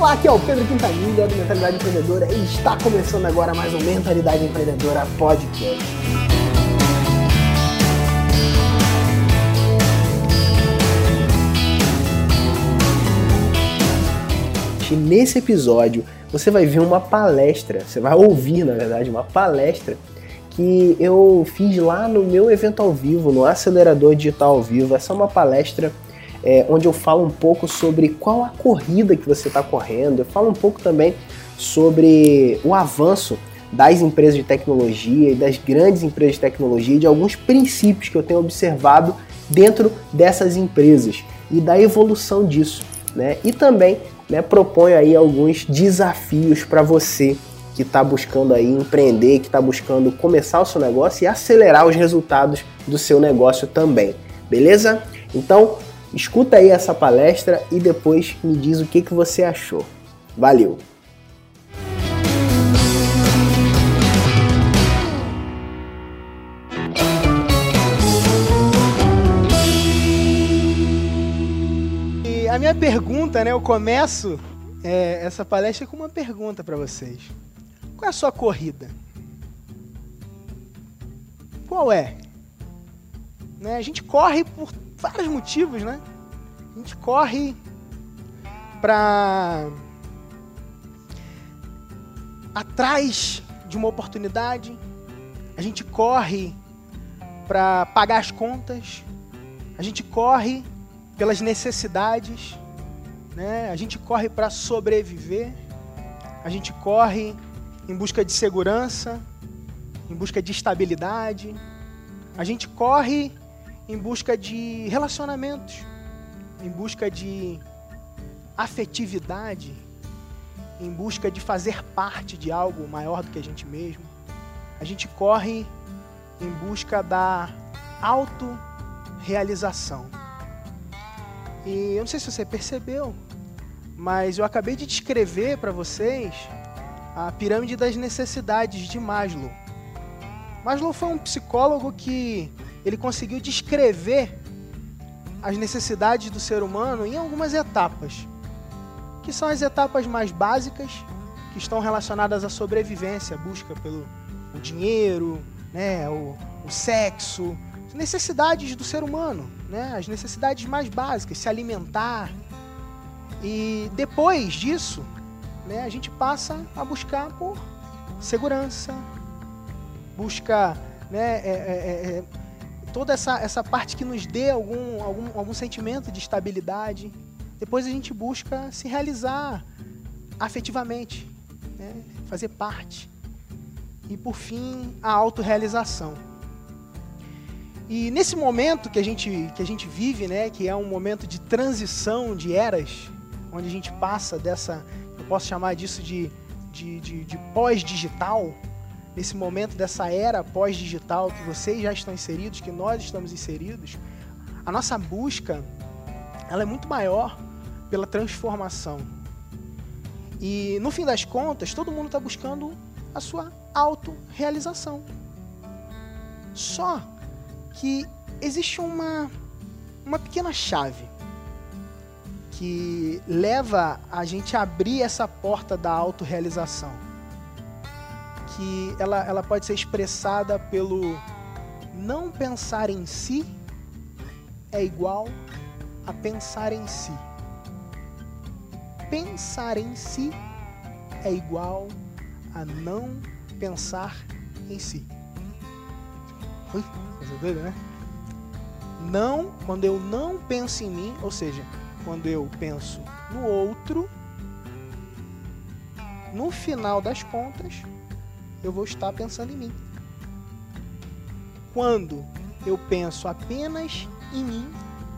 Olá, aqui é o Pedro Quintanilha do Mentalidade Empreendedora e está começando agora mais um Mentalidade Empreendedora Podcast. E nesse episódio você vai ver uma palestra, você vai ouvir na verdade uma palestra que eu fiz lá no meu evento ao vivo, no Acelerador Digital ao Vivo. Essa é uma palestra onde eu falo um pouco sobre qual a corrida que você está correndo. Eu falo um pouco também sobre o avanço das empresas de tecnologia e das grandes empresas de tecnologia e de alguns princípios que eu tenho observado dentro dessas empresas e da evolução disso, né? E também proponho aí alguns desafios para você que está buscando aí empreender, que está buscando começar o seu negócio e acelerar os resultados do seu negócio também, beleza? Então, escuta aí essa palestra e depois me diz o que você achou. Valeu! E a minha pergunta, eu começo essa palestra com uma pergunta para vocês. Qual é a sua corrida? Qual é? A gente corre por vários motivos, né? A gente corre para atrás de uma oportunidade, a gente corre para pagar as contas, a gente corre pelas necessidades, né? A gente corre para sobreviver, a gente corre em busca de segurança, em busca de estabilidade, a gente corre em busca de relacionamentos, em busca de afetividade, em busca de fazer parte de algo maior do que a gente mesmo. A gente corre em busca da autorrealização. E eu não sei se você percebeu, mas eu acabei de descrever para vocês a pirâmide das necessidades de Maslow. Maslow foi um psicólogo que ele conseguiu descrever as necessidades do ser humano em algumas etapas, que são as etapas mais básicas, que estão relacionadas à sobrevivência, a busca pelo dinheiro, o sexo, as necessidades do ser humano, as necessidades mais básicas, se alimentar. E depois disso, a gente passa a buscar por segurança, busca toda essa parte que nos dê algum sentimento de estabilidade. Depois a gente busca se realizar afetivamente, fazer parte. E por fim, a autorrealização. E nesse momento que a gente vive, que é um momento de transição de eras, onde a gente passa dessa, eu posso chamar disso de pós-digital, nesse momento dessa era pós-digital que vocês já estão inseridos, que nós estamos inseridos, a nossa busca ela é muito maior pela transformação. E no fim das contas, todo mundo está buscando a sua autorrealização. Só que existe uma pequena chave que leva a gente a abrir essa porta da autorrealização, que ela pode ser expressada pelo não pensar em si é igual a pensar em si. Pensar em si é igual a não pensar em si. Coisa doida, né? Não, quando eu não penso em mim, ou seja, quando eu penso no outro, no final das contas, eu vou estar pensando em mim. Quando eu penso apenas em mim,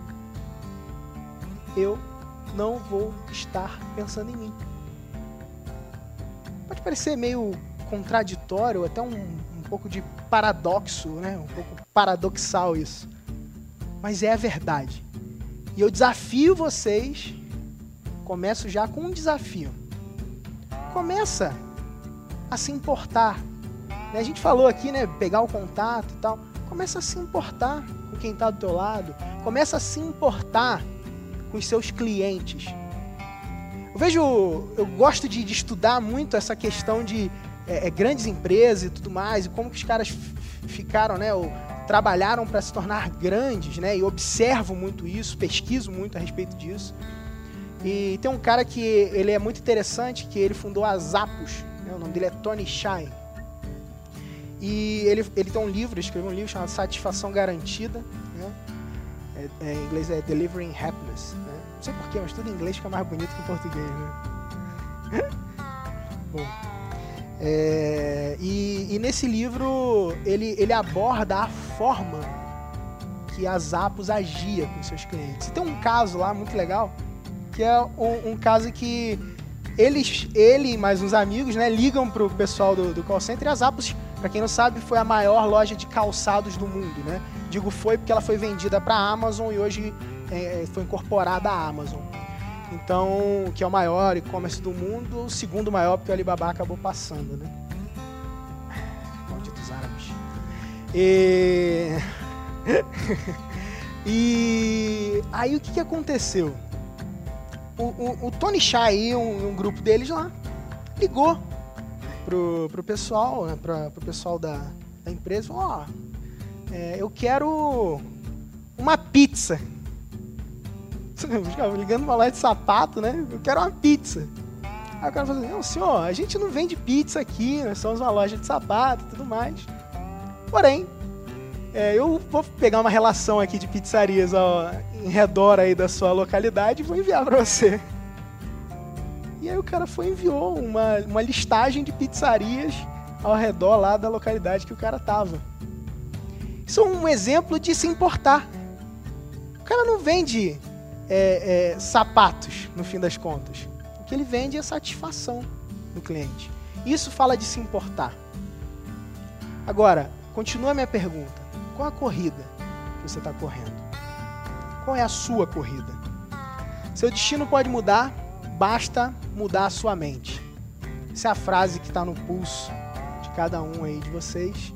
eu não vou estar pensando em mim. Pode parecer meio contraditório, até um pouco de paradoxo, um pouco paradoxal isso. Mas é a verdade. E eu desafio vocês, começo já com um desafio. Começa a se importar. A gente falou aqui, pegar o contato e tal. Começa a se importar com quem está do teu lado. Começa a se importar com os seus clientes. Eu gosto de estudar muito essa questão de grandes empresas e tudo mais, e como que os caras ficaram, né, ou trabalharam para se tornar grandes, né, e observo muito isso, pesquiso muito a respeito disso. E tem um cara que ele é muito interessante, que ele fundou a Zappos, né, o nome dele é Tony Hsieh. E ele tem um livro, escreveu um livro chamado Satisfação Garantida, né? Em inglês é Delivering Happiness, né? Não sei porquê, mas tudo em inglês fica mais bonito que em português, né? Bom, e nesse livro ele aborda a forma que a Zappos agia com seus clientes. E tem um caso lá muito legal, que é um caso que ele e mais uns amigos, né, ligam pro pessoal do call center. E a Zappos, para quem não sabe, foi a maior loja de calçados do mundo, né? Digo foi porque ela foi vendida para a Amazon e hoje foi incorporada à Amazon. Então, que é o maior e-commerce do mundo, o segundo maior porque o Alibaba acabou passando, né? Malditos árabes. E aí o que aconteceu? O Tony Hsieh e um grupo deles lá ligou pro pessoal, né, pro pessoal da empresa, falou, eu quero uma pizza. Ligando uma loja de sapato, né? Eu quero uma pizza. Aí o cara falou assim, não, senhor, a gente não vende pizza aqui, nós somos uma loja de sapato e tudo mais. Porém, eu vou pegar uma relação aqui de pizzarias em redor aí da sua localidade e vou enviar para você. E aí o cara enviou uma listagem de pizzarias ao redor lá da localidade que o cara tava. Isso é um exemplo de se importar. O cara não vende sapatos, no fim das contas. O que ele vende é satisfação do cliente. Isso fala de se importar. Agora, continua a minha pergunta. Qual a corrida que você está correndo? Qual é a sua corrida? Seu destino pode mudar, basta mudar a sua mente. Essa é a frase que está no pulso de cada um aí de vocês.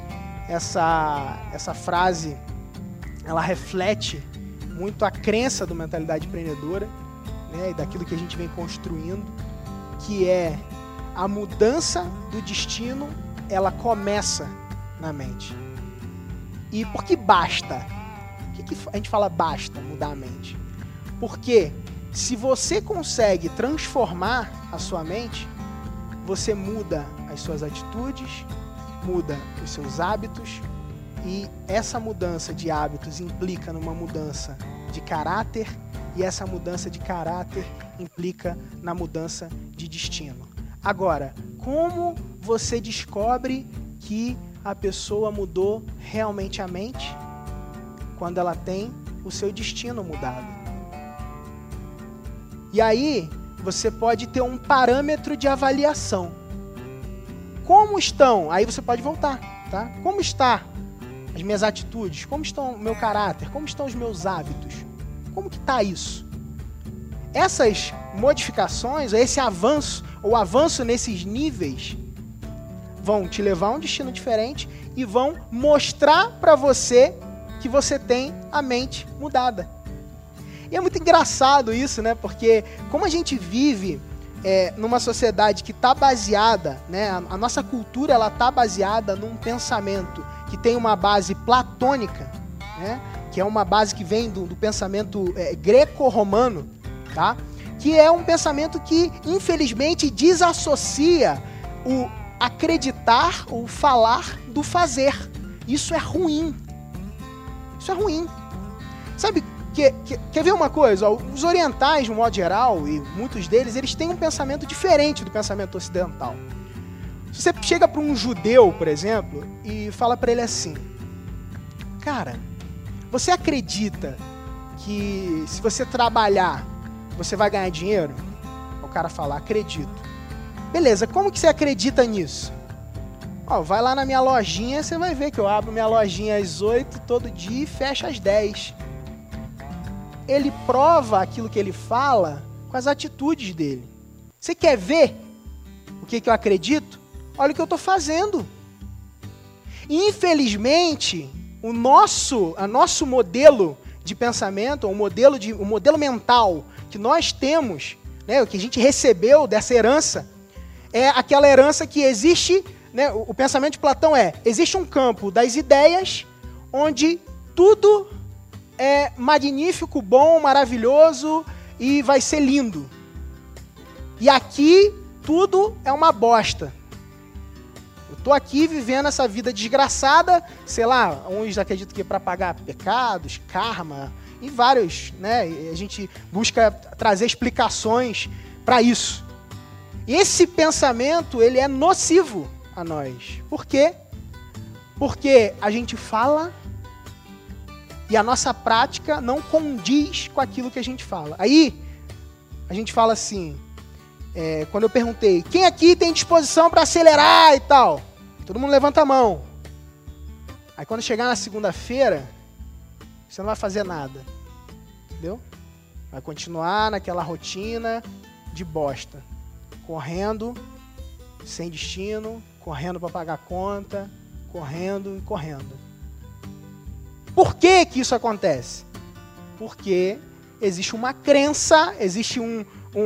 Essa frase, ela reflete muito a crença do Mentalidade Empreendedora, né, e daquilo que a gente vem construindo, que é a mudança do destino, ela começa na mente. E por que basta? Por que a gente fala basta mudar a mente? Porque se você consegue transformar a sua mente, você muda as suas atitudes, muda os seus hábitos, e essa mudança de hábitos implica numa mudança de caráter, e essa mudança de caráter implica na mudança de destino. Agora, como você descobre que a pessoa mudou realmente a mente? Quando ela tem o seu destino mudado. E aí, você pode ter um parâmetro de avaliação. Como estão? Aí você pode voltar, tá? Como está as minhas atitudes? Como estão o meu caráter? Como estão os meus hábitos? Como que está isso? Essas modificações, esse avanço, ou avanço nesses níveis, vão te levar a um destino diferente e vão mostrar para você que você tem a mente mudada. E é muito engraçado isso, né? Porque como a gente vive numa sociedade que está baseada, né? A nossa cultura ela está baseada num pensamento que tem uma base platônica, né? Que é uma base que vem do pensamento greco-romano, tá? Que é um pensamento que, infelizmente, desassocia o acreditar ou falar do fazer. Isso é ruim. Isso é ruim. Sabe, quer ver uma coisa? Os orientais, de um modo geral, e muitos deles, eles têm um pensamento diferente do pensamento ocidental. Se você chega para um judeu, por exemplo, e fala para ele assim, cara, você acredita que se você trabalhar, você vai ganhar dinheiro? O cara fala, acredito. Beleza, como que você acredita nisso? Vai lá na minha lojinha, você vai ver que eu abro minha lojinha às 8 todo dia e fecho às 10. Ele prova aquilo que ele fala com as atitudes dele. Você quer ver o que eu acredito? Olha o que eu estou fazendo. E, infelizmente, o nosso modelo de pensamento, o modelo mental que nós temos né, o que a gente recebeu dessa herança, é aquela herança que existe, né, o pensamento de Platão existe um campo das ideias onde tudo é magnífico, bom, maravilhoso e vai ser lindo. E aqui tudo é uma bosta. Eu tô aqui vivendo essa vida desgraçada, sei lá, uns acreditam que é para pagar pecados, karma, e vários, né? A gente busca trazer explicações para isso. E esse pensamento, ele é nocivo a nós. Por quê? Porque a gente fala e a nossa prática não condiz com aquilo que a gente fala. Aí, a gente fala assim, quando eu perguntei, quem aqui tem disposição para acelerar e tal? Todo mundo levanta a mão. Aí quando chegar na segunda-feira, você não vai fazer nada. Entendeu? Vai continuar naquela rotina de bosta. Correndo, sem destino, correndo para pagar conta, correndo e correndo. Por que que isso acontece? Porque existe uma crença, existe um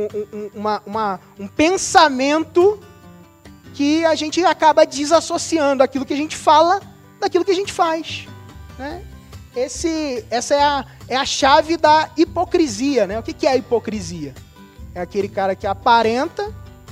pensamento que a gente acaba desassociando aquilo que a gente fala daquilo que a gente faz, né? Essa é a chave da hipocrisia, né? O que é a hipocrisia? É aquele cara que aparenta,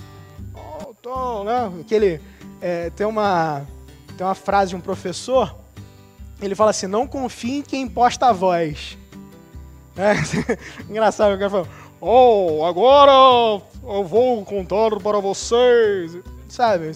né? Tem uma frase de um professor, ele fala assim, não confie em quem imposta a voz. Engraçado, o cara fala, agora eu vou contar para vocês. Sabe?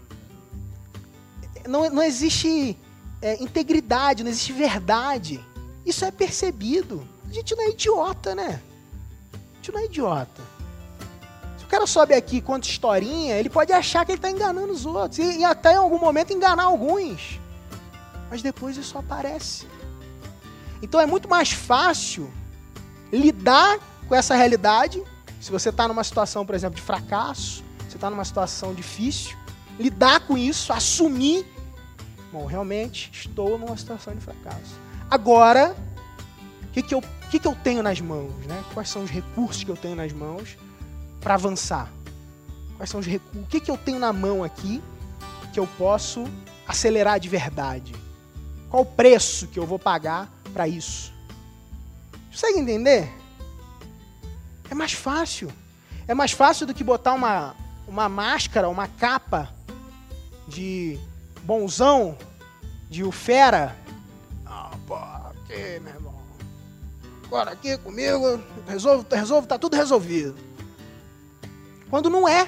Não existe integridade, não existe verdade. Isso é percebido. A gente não é idiota, né? A gente não é idiota. Se o cara sobe aqui e conta historinha, ele pode achar que ele está enganando os outros. E até em algum momento enganar alguns. Mas depois isso aparece. Então é muito mais fácil lidar com essa realidade. Se você está numa situação, por exemplo, de fracasso, você está numa situação difícil, lidar com isso, assumir, bom, realmente estou numa situação de fracasso. Agora, o que eu tenho nas mãos, né? Quais são os recursos que eu tenho nas mãos para avançar? Quais são os recursos? O que eu tenho na mão aqui que eu posso acelerar de verdade? Qual o preço que eu vou pagar para isso? Consegue entender? É mais fácil. É mais fácil do que botar uma máscara, uma capa de bonzão, de o fera. Aqui, meu irmão. Agora aqui comigo, resolvo, tá tudo resolvido. Quando não é.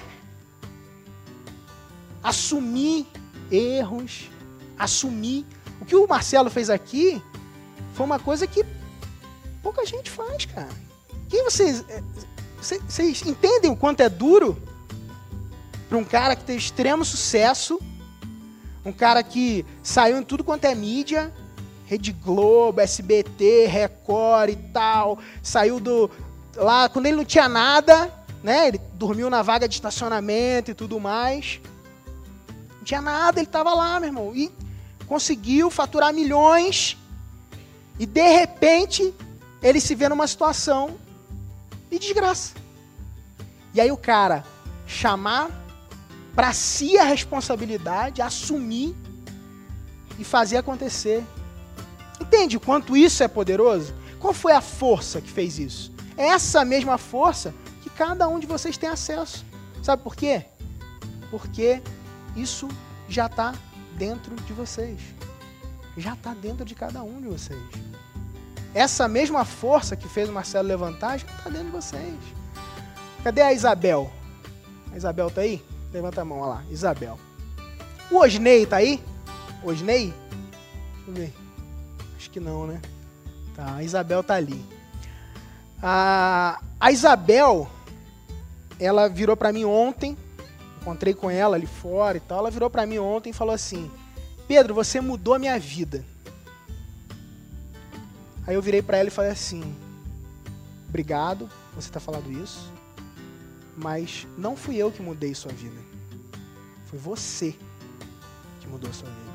Assumir erros, assumir. O que o Marcelo fez aqui foi uma coisa que pouca gente faz, cara. Quem vocês entendem o quanto é duro para um cara que teve extremo sucesso, um cara que saiu em tudo quanto é mídia, Rede Globo, SBT, Record e tal, saiu lá quando ele não tinha nada, né? Ele dormiu na vaga de estacionamento e tudo mais. Não tinha nada, ele estava lá, meu irmão, e conseguiu faturar milhões e de repente ele se vê numa situação de desgraça. E aí o cara chamar para si a responsabilidade, assumir e fazer acontecer. Entende o quanto isso é poderoso? Qual foi a força que fez isso? É essa mesma força que cada um de vocês tem acesso. Sabe por quê? Porque isso já está dentro de vocês. Já está dentro de cada um de vocês. Essa mesma força que fez o Marcelo levantar já está dentro de vocês. Cadê a Isabel? A Isabel tá aí? Levanta a mão, olha lá. Isabel. O Osnei tá aí? Osnei? Deixa eu ver. Acho que não, né? Tá, a Isabel tá ali. A Isabel, ela virou para mim ontem, encontrei com ela ali fora e tal, ela virou para mim ontem e falou assim, Pedro, você mudou a minha vida. Aí eu virei para ela e falei assim, obrigado por você ter falado isso, mas não fui eu que mudei sua vida. Foi você que mudou sua vida.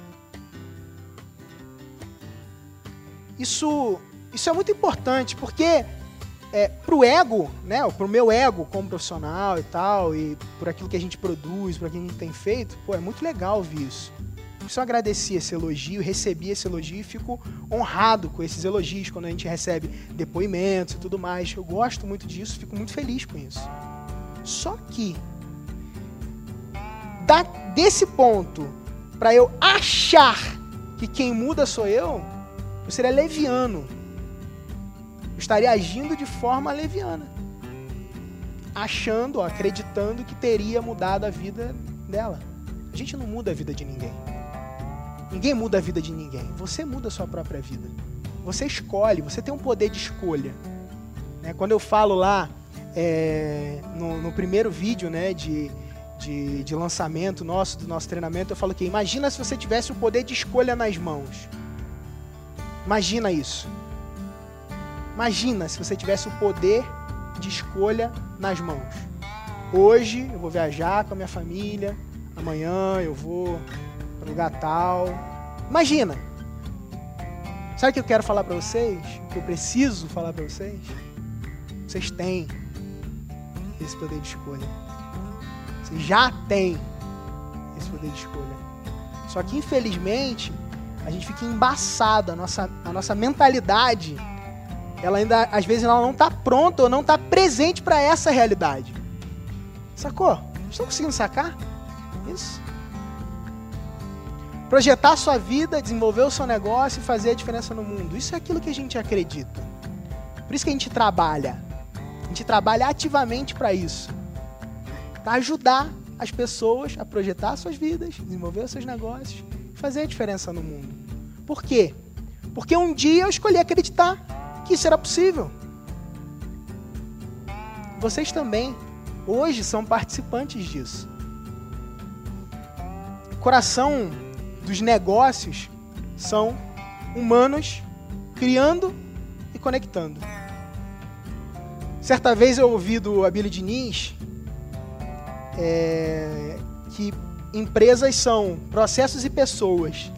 Isso é muito importante, porque pro ego, né, pro meu ego como profissional e tal, e por aquilo que a gente produz, por aquilo que a gente tem feito, pô, é muito legal ouvir isso. Eu só agradeci esse elogio, recebi esse elogio e fico honrado com esses elogios quando a gente recebe depoimentos e tudo mais. Eu gosto muito disso, fico muito feliz com isso. Só que, desse ponto, para eu achar que quem muda sou eu seria leviano. Eu estaria agindo de forma leviana. Achando, acreditando que teria mudado a vida dela. A gente não muda a vida de ninguém. Ninguém muda a vida de ninguém. Você muda a sua própria vida. Você escolhe, você tem um poder de escolha. Quando eu falo lá, no primeiro vídeo, né, de lançamento do nosso treinamento, eu falo que imagina se você tivesse o poder de escolha nas mãos. Imagina isso. Imagina se você tivesse o poder de escolha nas mãos. Hoje eu vou viajar com a minha família, amanhã eu vou para um lugar tal. Imagina. Sabe o que eu quero falar para vocês? O que eu preciso falar para vocês? Vocês têm esse poder de escolha. Vocês já têm esse poder de escolha. Só que, infelizmente, a gente fica embaçado. A nossa mentalidade, ela ainda, às vezes, ela não está pronta ou não está presente para essa realidade. Sacou? Estão conseguindo sacar? Isso. Projetar a sua vida, desenvolver o seu negócio e fazer a diferença no mundo. Isso é aquilo que a gente acredita. Por isso que a gente trabalha. A gente trabalha ativamente para isso. Para ajudar as pessoas a projetar suas vidas, desenvolver os seus negócios e fazer a diferença no mundo. Por quê? Porque um dia eu escolhi acreditar que isso era possível. Vocês também, hoje, são participantes disso. O coração dos negócios são humanos criando e conectando. Certa vez eu ouvi do Abílio Diniz que empresas são processos e pessoas.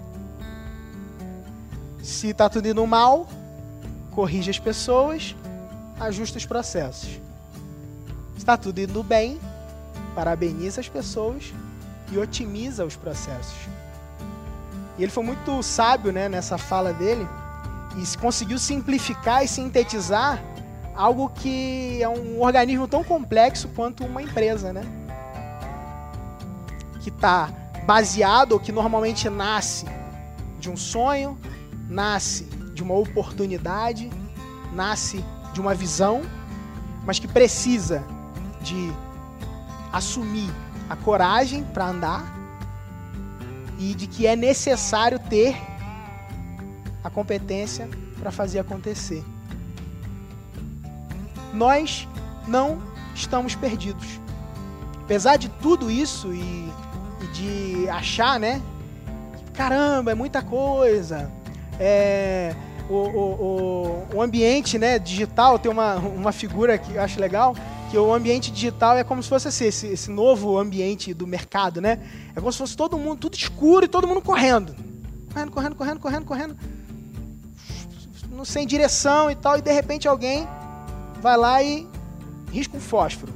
Se está tudo indo mal, corrige as pessoas, ajusta os processos. Se está tudo indo bem, parabeniza as pessoas e otimiza os processos. E ele foi muito sábio, né, nessa fala dele e conseguiu simplificar e sintetizar algo que é um organismo tão complexo quanto uma empresa, né? Que está baseado, ou que normalmente nasce de um sonho, nasce de uma oportunidade, nasce de uma visão, mas que precisa de assumir a coragem para andar e de que é necessário ter a competência para fazer acontecer. Nós não estamos perdidos. Apesar de tudo isso e de achar, né? Caramba, é muita coisa. O ambiente, né, digital tem uma figura que eu acho legal, que o ambiente digital é como se fosse assim, esse novo ambiente do mercado, né? É como se fosse todo mundo, tudo escuro e todo mundo correndo. Correndo. Não sem direção e tal, e de repente alguém vai lá e risca um fósforo.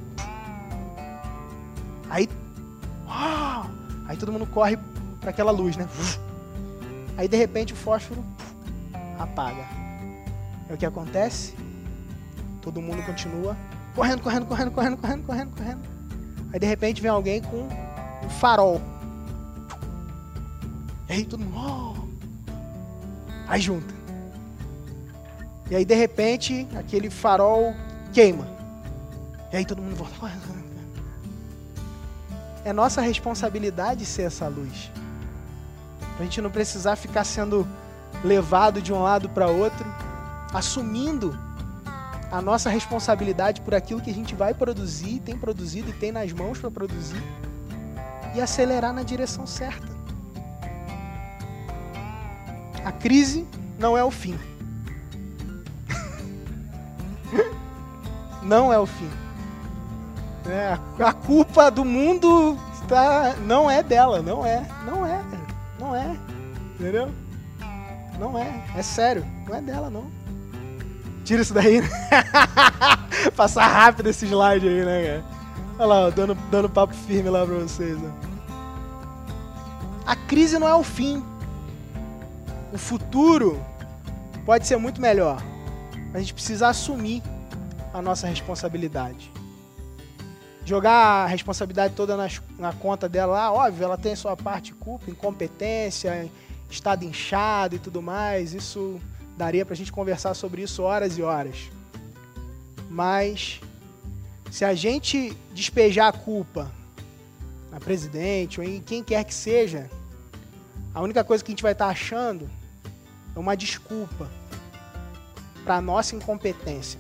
Aí todo mundo corre para aquela luz, né? Aí de repente o fósforo apaga. É o que acontece? Todo mundo continua correndo. Aí de repente vem alguém com um farol. E aí todo mundo... Aí junta. E aí de repente aquele farol queima. E aí todo mundo volta. É nossa responsabilidade ser essa luz. Pra gente não precisar ficar sendo levado de um lado para outro, assumindo a nossa responsabilidade por aquilo que a gente vai produzir, tem produzido e tem nas mãos para produzir, e acelerar na direção certa. A crise não é o fim. Não é o fim. A culpa do mundo não é dela, não é, entendeu? Não é sério, não é dela não. Tira isso daí. Passar rápido esse slide aí, né, cara? Olha lá, ó, dando papo firme lá pra vocês. Ó. A crise não é o fim. O futuro pode ser muito melhor. Mas a gente precisa assumir a nossa responsabilidade. Jogar a responsabilidade toda na conta dela lá, óbvio, ela tem a sua parte de culpa, incompetência, estado inchado e tudo mais. Isso daria pra gente conversar sobre isso horas e horas. Mas se a gente despejar a culpa na presidente ou em quem quer que seja, a única coisa que a gente vai estar achando é uma desculpa para a nossa incompetência.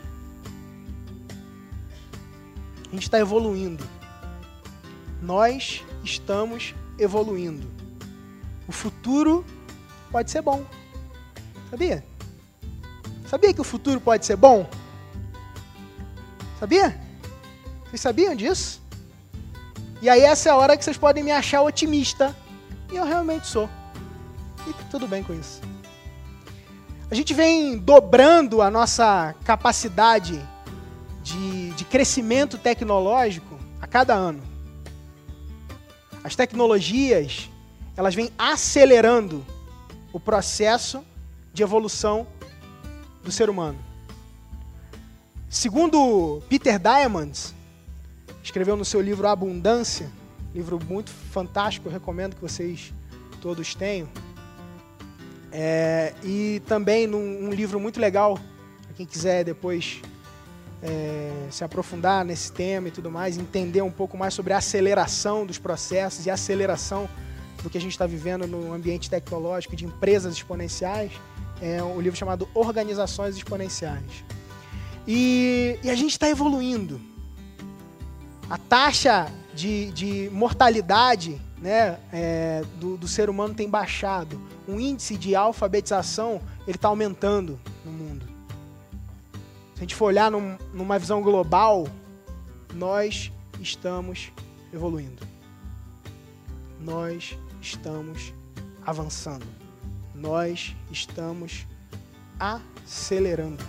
A gente está evoluindo. Nós estamos evoluindo. O futuro pode ser bom. Sabia? Sabia que o futuro pode ser bom? Sabia? Vocês sabiam disso? E aí essa é a hora que vocês podem me achar otimista. E eu realmente sou. E tudo bem com isso. A gente vem dobrando a nossa capacidade de crescimento tecnológico a cada ano. As tecnologias, elas vêm acelerando o processo de evolução do ser humano. Segundo Peter Diamandis, escreveu no seu livro Abundância, livro muito fantástico, eu recomendo que vocês todos tenham. E também num livro muito legal, para quem quiser depois se aprofundar nesse tema e tudo mais, entender um pouco mais sobre a aceleração dos processos e a aceleração do que a gente está vivendo no ambiente tecnológico de empresas exponenciais, é um livro chamado Organizações Exponenciais. E a gente está evoluindo. A taxa de mortalidade, né, do ser humano tem baixado. O índice de alfabetização ele está aumentando no mundo. Se a gente for olhar numa visão global, nós estamos evoluindo. Nós estamos avançando. Nós estamos acelerando.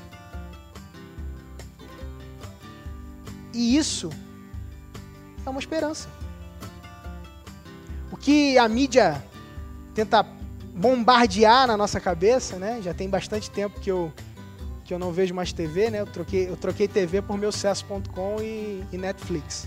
E isso é uma esperança. O que a mídia tenta bombardear na nossa cabeça, né? Já tem bastante tempo que eu não vejo mais TV, né? Eu troquei TV por meusucesso.com e Netflix.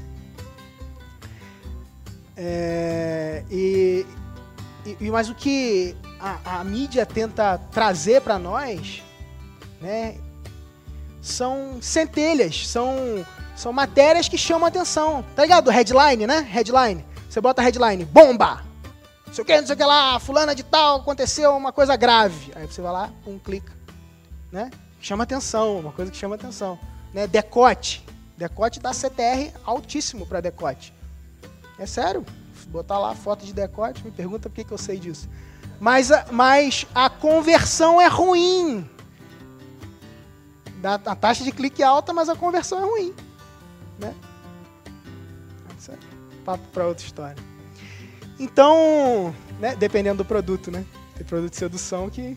Mas o que a mídia tenta trazer para nós, né? São centelhas, são matérias que chamam a atenção. Tá ligado? Headline, né? Headline. Você bota a headline, bomba! Não sei o que lá, fulana de tal, aconteceu uma coisa grave. Aí você vai lá, clica. Né? Chama atenção, uma coisa que chama atenção. Né? Decote. Decote dá CTR altíssimo para decote. É sério. Botar lá foto de decote, me pergunta por que eu sei disso. Mas a conversão é ruim. A taxa de clique é alta, mas a conversão é ruim. Né? Isso é papo para outra história. Então, né, dependendo do produto, né? Tem produto de sedução que...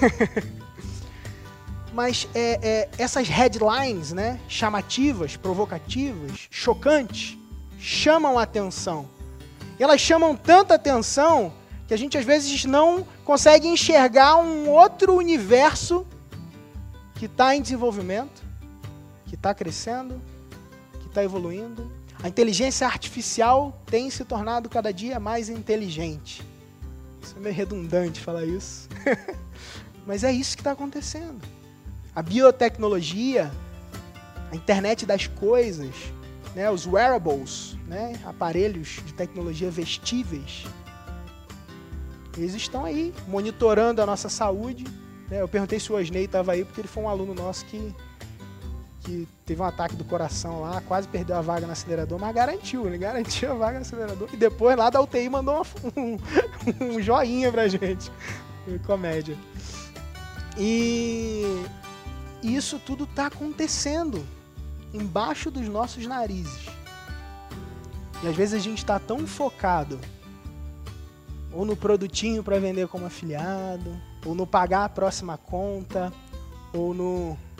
Mas essas headlines, né, chamativas, provocativas, chocantes, chamam a atenção. E elas chamam tanta atenção que a gente às vezes não consegue enxergar um outro universo que está em desenvolvimento, que está crescendo, que está evoluindo. A inteligência artificial tem se tornado cada dia mais inteligente. Isso é meio redundante falar isso. Mas é isso que está acontecendo. A biotecnologia, a internet das coisas, né, os wearables, né, aparelhos de tecnologia vestíveis, eles estão aí monitorando a nossa saúde. Né? Eu perguntei se o Osney estava aí, porque ele foi um aluno nosso que teve um ataque do coração lá, quase perdeu a vaga no acelerador, mas ele garantiu a vaga no acelerador. E depois lá da UTI mandou um joinha pra gente. Comédia. E isso tudo está acontecendo embaixo dos nossos narizes. E às vezes a gente está tão focado ou no produtinho para vender como afiliado, ou no pagar a próxima conta, ou no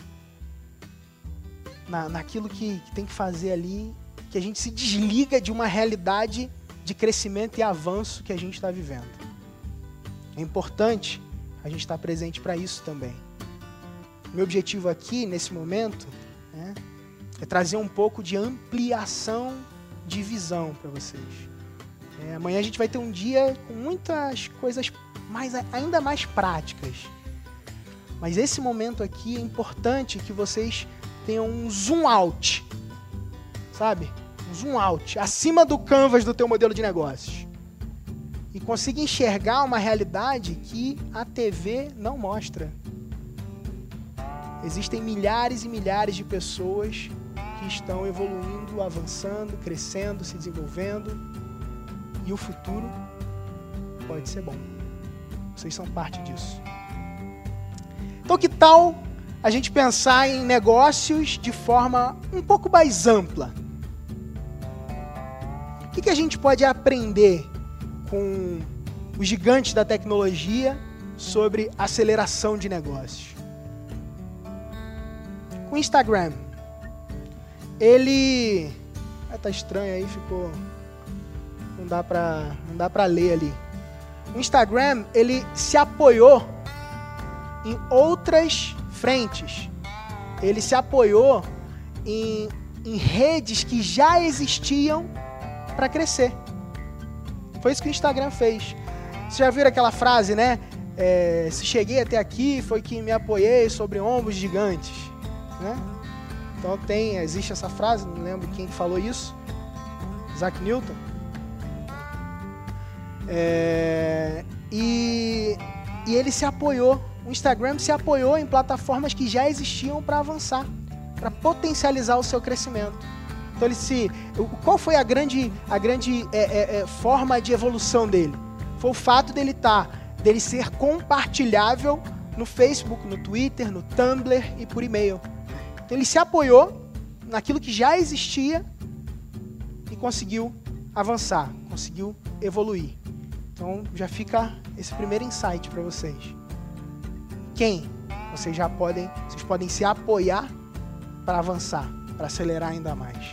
naquilo que tem que fazer ali, que a gente se desliga de uma realidade de crescimento e avanço que a gente está vivendo. É importante a gente estar presente para isso também. Meu objetivo aqui, nesse momento, né, é trazer um pouco de ampliação de visão para vocês. Amanhã a gente vai ter um dia com muitas coisas ainda mais práticas. Mas esse momento aqui é importante que vocês tenham um zoom out, sabe? Um zoom out, acima do canvas do teu modelo de negócios. E consiga enxergar uma realidade que a TV não mostra. Existem milhares e milhares de pessoas que estão evoluindo, avançando, crescendo, se desenvolvendo. E o futuro pode ser bom. Vocês são parte disso. Então, que tal a gente pensar em negócios de forma um pouco mais ampla? O que a gente pode aprender com os gigantes da tecnologia sobre aceleração de negócios? Com o Instagram. Ele... tá estranho aí, ficou... Não dá pra ler ali. O Instagram, ele se apoiou em outras frentes. Ele se apoiou em redes que já existiam para crescer. Foi isso que o Instagram fez. Vocês já viram aquela frase, né? Se cheguei até aqui, foi que me apoiei sobre ombros gigantes. Né? Então existe essa frase, não lembro quem falou isso. Isaac Newton. E ele se apoiou. O Instagram se apoiou em plataformas que já existiam para avançar, para potencializar o seu crescimento. Então qual foi a grande forma de evolução dele? Foi o fato dele ser compartilhável no Facebook, no Twitter, no Tumblr e por e-mail. Então ele se apoiou naquilo que já existia e conseguiu avançar, conseguiu evoluir. Então já fica esse primeiro insight para vocês. Vocês podem se apoiar para avançar, para acelerar ainda mais.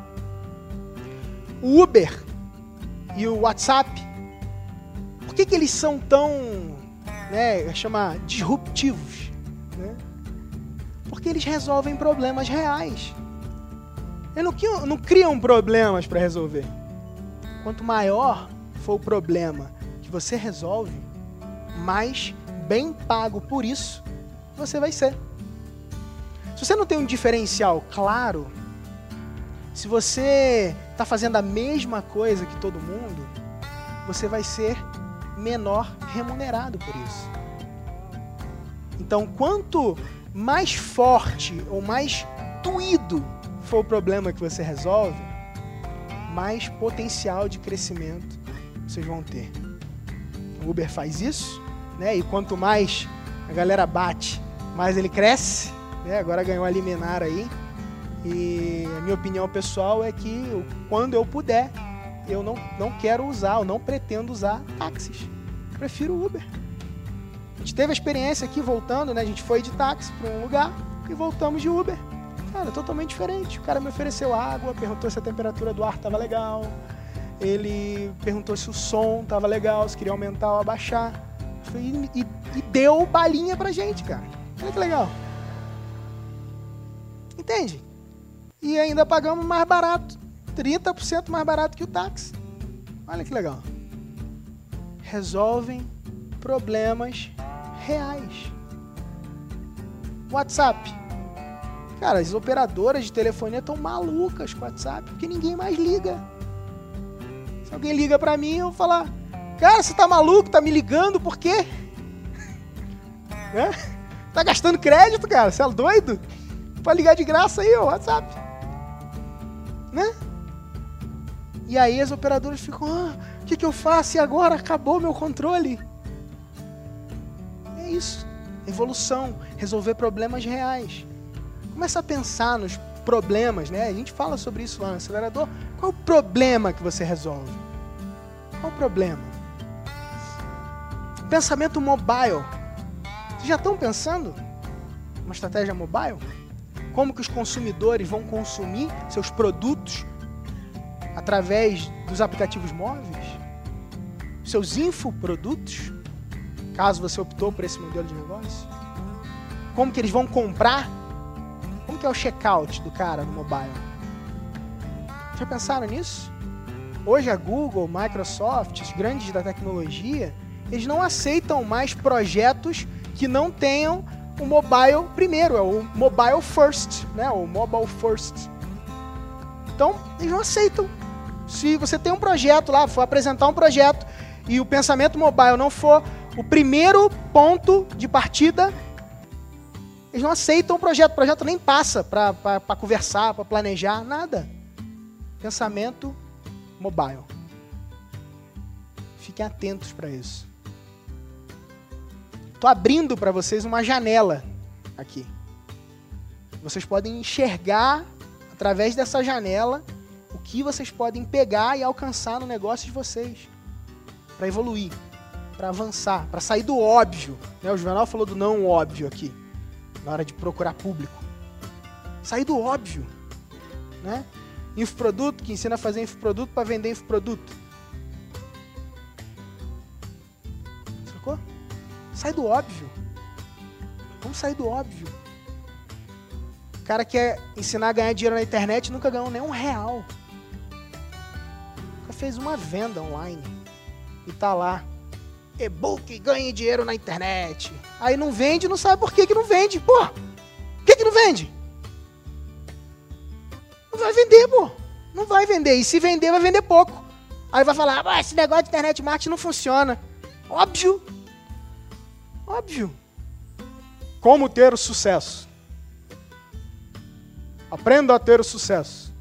O Uber e o WhatsApp, por que eles são tão, chama disruptivos? Né? Porque eles resolvem problemas reais. Eles não criam problemas para resolver. Quanto maior for o problema que você resolve, mais bem pago por isso você vai ser. Se você não tem um diferencial claro, se você está fazendo a mesma coisa que todo mundo, você vai ser menor remunerado por isso. Então, quanto mais forte ou mais doído for o problema que você resolve, mais potencial de crescimento vocês vão ter. O Uber faz isso, né? E quanto mais a galera bate, mais ele cresce, né? Agora ganhou a liminar aí. E a minha opinião pessoal é que quando eu puder, eu não quero usar, eu não pretendo usar táxis. Eu prefiro o Uber. A gente teve a experiência aqui voltando, né? A gente foi de táxi para um lugar e voltamos de Uber. Cara, totalmente diferente. O cara me ofereceu água, perguntou se a temperatura do ar estava legal. Ele perguntou se o som estava legal, se queria aumentar ou abaixar. E deu balinha pra gente, cara. Olha que legal. Entende? E ainda pagamos mais barato. 30% mais barato que o táxi. Olha que legal. Resolvem problemas reais. WhatsApp. Cara, as operadoras de telefonia estão malucas com o WhatsApp, porque ninguém mais liga. Se alguém liga pra mim, eu vou falar: cara, você tá maluco? Tá me ligando por quê? Tá gastando crédito, cara? Você é doido? Pode ligar de graça aí, ó, WhatsApp. Né? E aí as operadoras ficam: o que eu faço? E agora? Acabou meu controle. É isso. Evolução. Resolver problemas reais. Começa a pensar nos problemas, né? A gente fala sobre isso lá no acelerador. Qual é o problema que você resolve? Qual é o problema? Pensamento mobile. Vocês já estão pensando numa estratégia mobile? como que os consumidores vão consumir seus produtos através dos aplicativos móveis, seus infoprodutos, caso você optou por esse modelo de negócio, como que eles vão comprar, como que é o checkout do cara no mobile. Já pensaram nisso? Hoje a Google, Microsoft, os grandes da tecnologia, eles não aceitam mais projetos que não tenham o mobile primeiro, é o mobile first, né? O mobile first. Então, eles não aceitam. Se você tem um projeto lá, for apresentar um projeto e o pensamento mobile não for o primeiro ponto de partida, eles não aceitam o projeto nem passa para conversar, para planejar, nada. Pensamento mobile. Fiquem atentos para isso. Estou abrindo para vocês uma janela aqui. Vocês podem enxergar, através dessa janela, o que vocês podem pegar e alcançar no negócio de vocês. Para evoluir, para avançar, para sair do óbvio. O Juvenal falou do não óbvio aqui, na hora de procurar público. Sair do óbvio. Né? Infoproduto, que ensina a fazer infoproduto para vender infoproduto. Sacou? Sai do óbvio. Vamos sair do óbvio. O cara quer ensinar a ganhar dinheiro na internet e nunca ganhou nem R$1. Nunca fez uma venda online. E tá lá. E-book, ganhe dinheiro na internet. Aí não vende, não sabe por que não vende. Pô, por que não vende? Não vai vender, pô. Não vai vender. E se vender, vai vender pouco. Aí vai falar, esse negócio de internet marketing não funciona. Óbvio. Óbvio. Como ter o sucesso? Aprenda a ter o sucesso.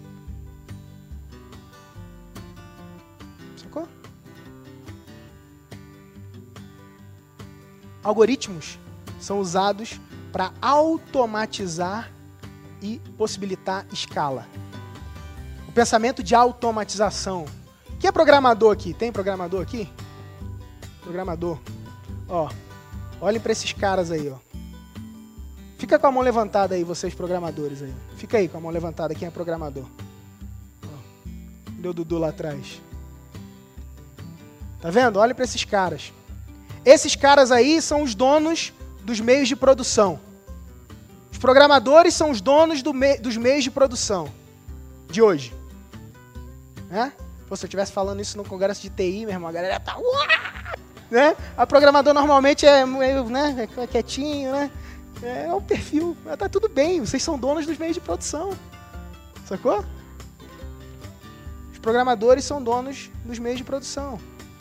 Sacou? Algoritmos são usados para automatizar e possibilitar escala. O pensamento de automatização. Quem é programador aqui? Tem programador aqui? Programador. Ó, olhem para esses caras aí, ó. Fica com a mão levantada aí, vocês programadores aí. Fica aí com a mão levantada, quem é programador. Cadê o Dudu lá atrás? Tá vendo? Olhem para esses caras. Esses caras aí são os donos dos meios de produção. Os programadores são os donos dos meios de produção de hoje. Né? Pô, se eu estivesse falando isso no congresso de TI, meu irmão, a galera tá... Né? A programador normalmente é meio, né, é quietinho, né? É o perfil. Tá tudo bem, vocês são donos dos meios de produção. Sacou? Os programadores são donos dos meios de produção.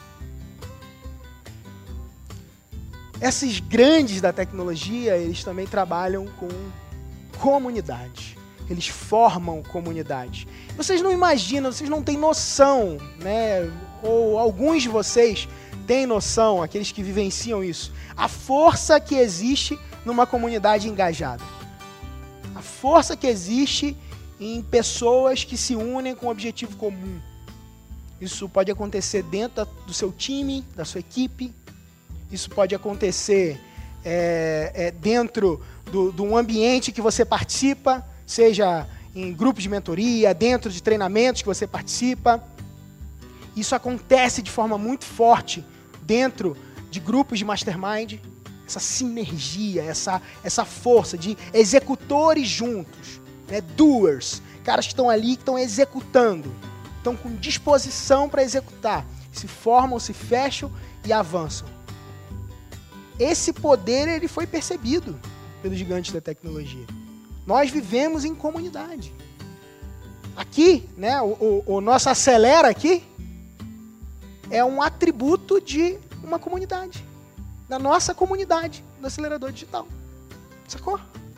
Esses grandes da tecnologia, eles também trabalham com comunidade. Eles formam comunidade. Vocês não imaginam, vocês não têm noção, né? Ou alguns de vocês têm noção, aqueles que vivenciam isso, a força que existe numa comunidade engajada. A força que existe em pessoas que se unem com um objetivo comum. Isso pode acontecer dentro do seu time, da sua equipe. Isso pode acontecer dentro de um ambiente que você participa, seja em grupos de mentoria, dentro de treinamentos que você participa. Isso acontece de forma muito forte dentro de grupos de mastermind. Essa sinergia, essa força de executores juntos, né? Doers, caras que estão ali, que estão executando, estão com disposição para executar, se formam, se fecham e avançam. Esse poder ele foi percebido pelos gigantes da tecnologia. Nós vivemos em comunidade. Aqui, né, o nosso Acelera aqui é um atributo de uma comunidade. Da nossa comunidade do acelerador digital. Sacou?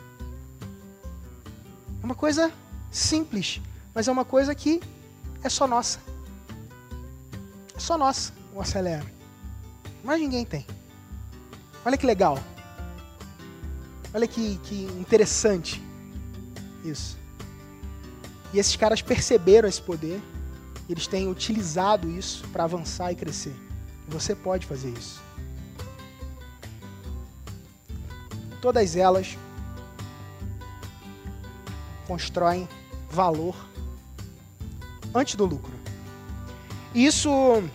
É uma coisa simples, mas é uma coisa que é só nossa. É só nossa, o Acelera. Mas ninguém tem. Olha que legal. Olha que interessante isso. E esses caras perceberam esse poder, e eles têm utilizado isso para avançar e crescer. E você pode fazer isso. Todas elas constroem valor antes do lucro. Isso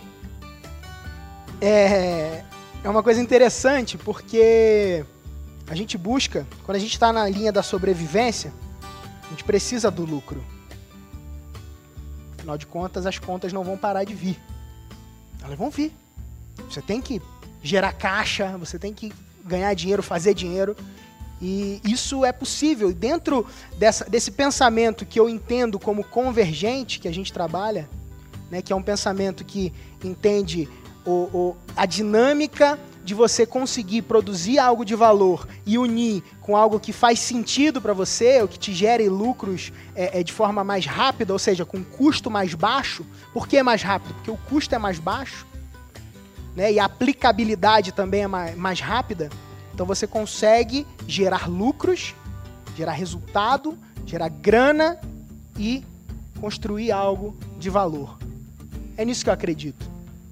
é uma coisa interessante, porque a gente busca, quando a gente está na linha da sobrevivência, a gente precisa do lucro. Afinal de contas, as contas não vão parar de vir. Elas vão vir. Você tem que gerar caixa, você tem que ganhar dinheiro, fazer dinheiro. E isso é possível. Dentro desse pensamento que eu entendo como convergente, que a gente trabalha, né, que é um pensamento que entende a dinâmica de você conseguir produzir algo de valor e unir com algo que faz sentido para você, ou que te gere lucros de forma mais rápida, ou seja, com custo mais baixo. Por que mais rápido? Porque o custo é mais baixo, né? E a aplicabilidade também é mais rápida. Então você consegue gerar lucros, gerar resultado, gerar grana e construir algo de valor. É nisso que eu acredito.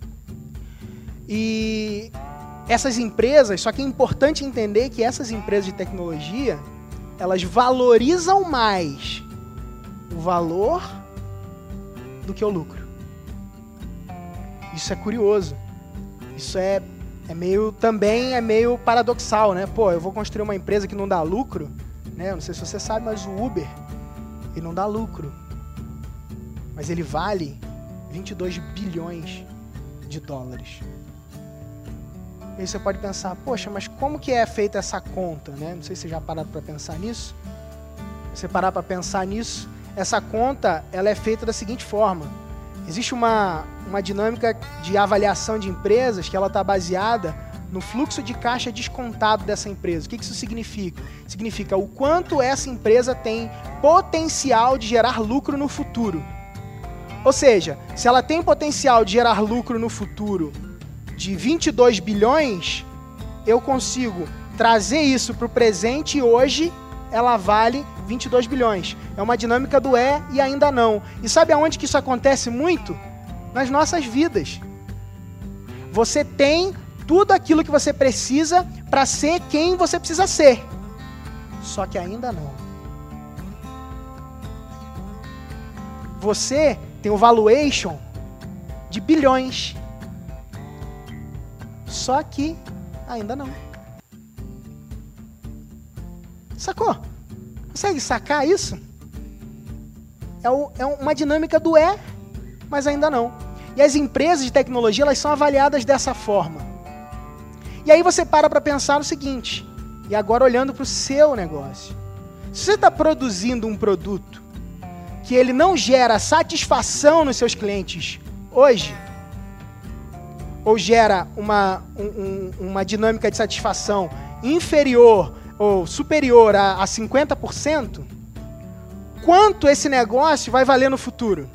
E essas empresas, só que é importante entender que essas empresas de tecnologia, elas valorizam mais o valor do que o lucro. Isso é curioso. Isso também é meio paradoxal, né? Pô, eu vou construir uma empresa que não dá lucro, né? Não sei se você sabe, mas o Uber, ele não dá lucro. Mas ele vale 22 bilhões de dólares. E aí você pode pensar, poxa, mas como que é feita essa conta, né? Não sei se você já pararam para pensar nisso. Se você parar para pensar nisso, essa conta, ela é feita da seguinte forma. Existe uma dinâmica de avaliação de empresas que ela está baseada no fluxo de caixa descontado dessa empresa. O que isso significa? Significa o quanto essa empresa tem potencial de gerar lucro no futuro. Ou seja, se ela tem potencial de gerar lucro no futuro de 22 bilhões, eu consigo trazer isso para o presente e hoje ela vale 22 bilhões. É uma dinâmica do e ainda não. E sabe aonde que isso acontece muito? Nas nossas vidas. Você tem tudo aquilo que você precisa para ser quem você precisa ser. Só que ainda não. Você tem o valuation de bilhões. Só que ainda não. Sacou? Consegue sacar isso? É uma dinâmica do mas ainda não. E as empresas de tecnologia, elas são avaliadas dessa forma. E aí você para pensar no seguinte, e agora olhando para o seu negócio. Se você está produzindo um produto que ele não gera satisfação nos seus clientes hoje, ou gera uma dinâmica de satisfação inferior ou superior a 50%, quanto esse negócio vai valer no futuro?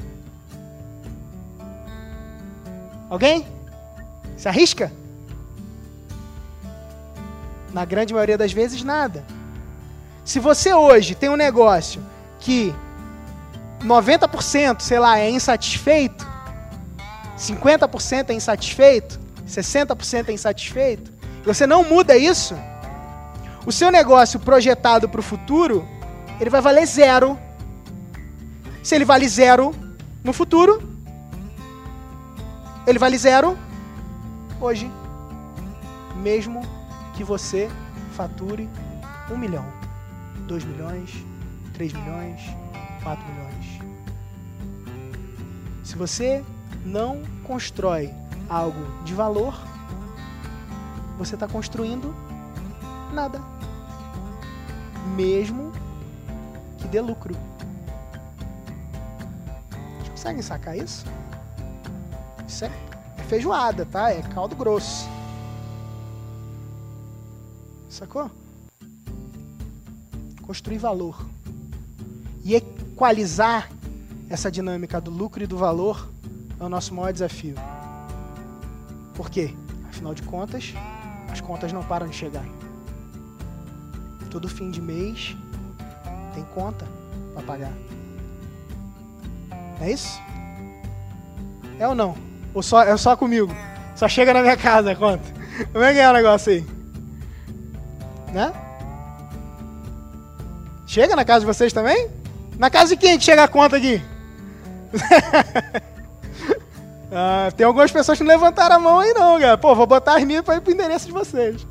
Alguém? Se arrisca? Na grande maioria das vezes, nada. Se você hoje tem um negócio que 90%, sei lá, é insatisfeito, 50% é insatisfeito, 60% é insatisfeito, e você não muda isso, o seu negócio projetado para o futuro, ele vai valer 0. Se ele vale 0 no futuro, ele vale 0 hoje, mesmo que você fature 1 milhão, 2 milhões, 3 milhões, 4 milhões. Se você não constrói algo de valor, você está construindo nada, mesmo que dê lucro. Vocês conseguem sacar isso? Isso é feijoada, tá? É caldo grosso. Sacou? Construir valor e equalizar essa dinâmica do lucro e do valor é o nosso maior desafio. Por quê? Afinal de contas, as contas não param de chegar. Todo fim de mês tem conta para pagar. É isso? É ou não? Ou é só comigo? Só chega na minha casa a conta? Como é que é o negócio aí? Né? Chega na casa de vocês também? Na casa de quem que chega a conta aqui? Tem algumas pessoas que não levantaram a mão aí não, cara. Pô, vou botar as minhas para ir pro endereço de vocês.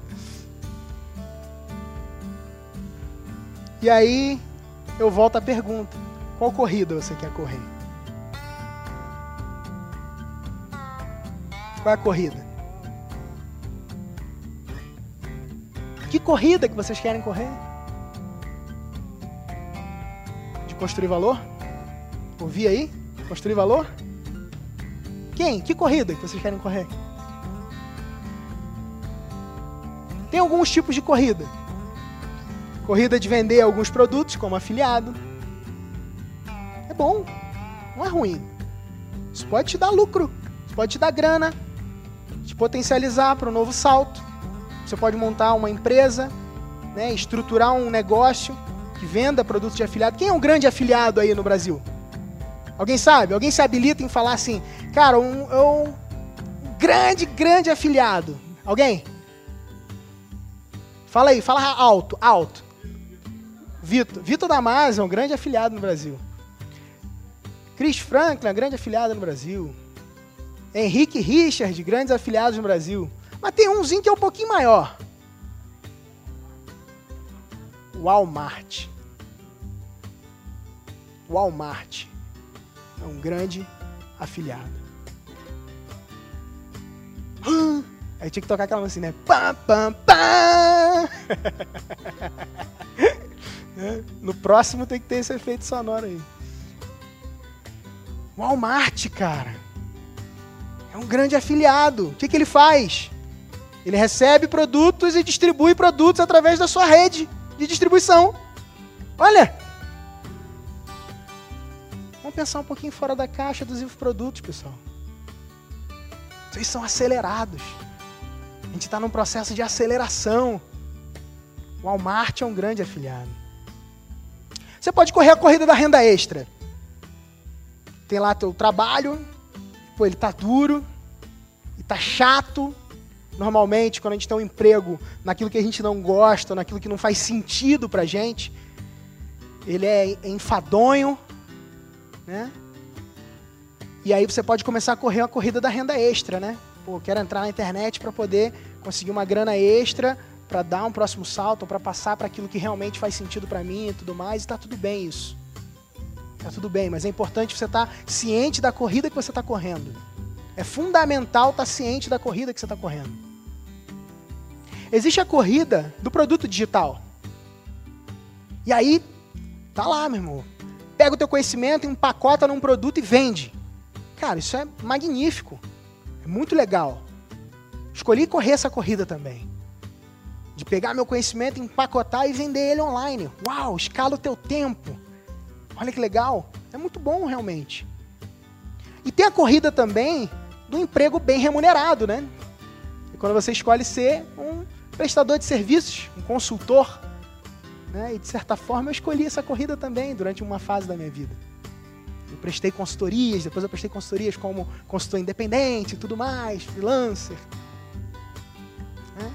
E aí, eu volto à pergunta. Qual corrida você quer correr? Qual é a corrida? Que corrida que vocês querem correr? De construir valor? Ouvi aí? Construir valor? Quem? Que corrida que vocês querem correr? Tem alguns tipos de corrida. Corrida de vender alguns produtos, como afiliado. É bom, não é ruim. Isso pode te dar lucro, isso pode te dar grana, te potencializar para um novo salto. Você pode montar uma empresa, né, estruturar um negócio que venda produtos de afiliado. Quem é um grande afiliado aí no Brasil? Alguém sabe? Alguém se habilita em falar assim, cara, um grande afiliado. Alguém? Fala aí, fala alto. Vitor Damasio é um grande afiliado no Brasil. Chris Franklin é um grande afiliado no Brasil. Henrique Richard, grandes afiliados no Brasil. Mas tem umzinho que é um pouquinho maior. Walmart. Walmart é um grande afiliado. Aí tinha que tocar aquela música, né? Pam, pam, pam. No próximo tem que ter esse efeito sonoro aí. Walmart, cara, é um grande afiliado. O que ele faz? Ele recebe produtos e distribui produtos através da sua rede de distribuição. Olha! Vamos pensar um pouquinho fora da caixa dos infoprodutos, pessoal. Vocês são acelerados. A gente está num processo de aceleração. O Walmart é um grande afiliado. Você pode correr a corrida da renda extra. Tem lá teu trabalho, pô, ele tá duro, e tá chato. Normalmente, quando a gente tem um emprego naquilo que a gente não gosta, naquilo que não faz sentido pra gente, ele é enfadonho, né? E aí você pode começar a correr uma corrida da renda extra, né? Pô, eu quero entrar na internet para poder conseguir uma grana extra, para dar um próximo salto, para passar para aquilo que realmente faz sentido para mim e tudo mais, e tá tudo bem isso. Tá tudo bem, mas é importante você estar ciente da corrida que você está correndo. É fundamental estar ciente da corrida que você está correndo. Existe a corrida do produto digital. E aí, tá lá, meu irmão. Pega o teu conhecimento, empacota num produto e vende. Cara, isso é magnífico. É muito legal. Escolhi correr essa corrida também. De pegar meu conhecimento, empacotar e vender ele online. Uau, escala o teu tempo. Olha que legal. É muito bom, realmente. E tem a corrida também do emprego bem remunerado, né? E quando você escolhe ser um prestador de serviços, um consultor, né? E de certa forma eu escolhi essa corrida também durante uma fase da minha vida. Eu prestei consultorias, depois eu prestei consultorias como consultor independente e tudo mais, freelancer. Né?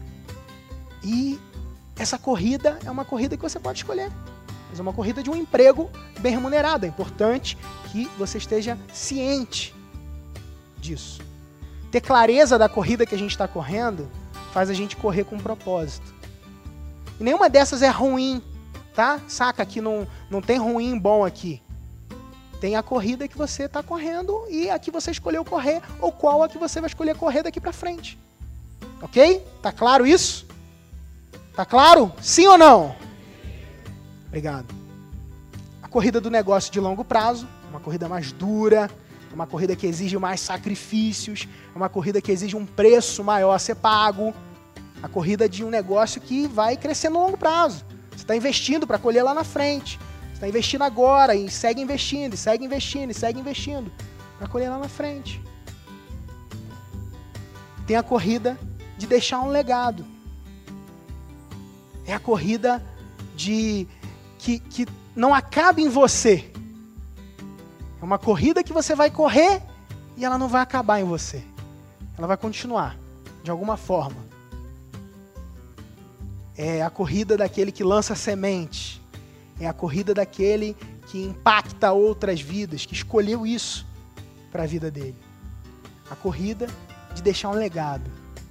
E essa corrida é uma corrida que você pode escolher. Mas é uma corrida de um emprego bem remunerado. É importante que você esteja ciente disso. Ter clareza da corrida que a gente está correndo faz a gente correr com um propósito. E nenhuma dessas é ruim, tá? Saca, aqui não tem ruim bom aqui. Tem a corrida que você está correndo e a que você escolheu correr, ou qual a que você vai escolher correr daqui para frente. Ok? Tá claro isso? Tá claro? Sim ou não? Obrigado. A corrida do negócio de longo prazo, uma corrida mais dura, uma corrida que exige mais sacrifícios, uma corrida que exige um preço maior a ser pago, a corrida de um negócio que vai crescer no longo prazo. Você está investindo para colher lá na frente. Você está investindo agora e segue investindo, e segue investindo, e segue investindo para colher lá na frente. Tem a corrida de deixar um legado. É a corrida de que não acaba em você. É uma corrida que você vai correr e ela não vai acabar em você. Ela vai continuar, de alguma forma. É a corrida daquele que lança semente. É a corrida daquele que impacta outras vidas, que escolheu isso para a vida dele. A corrida de deixar um legado.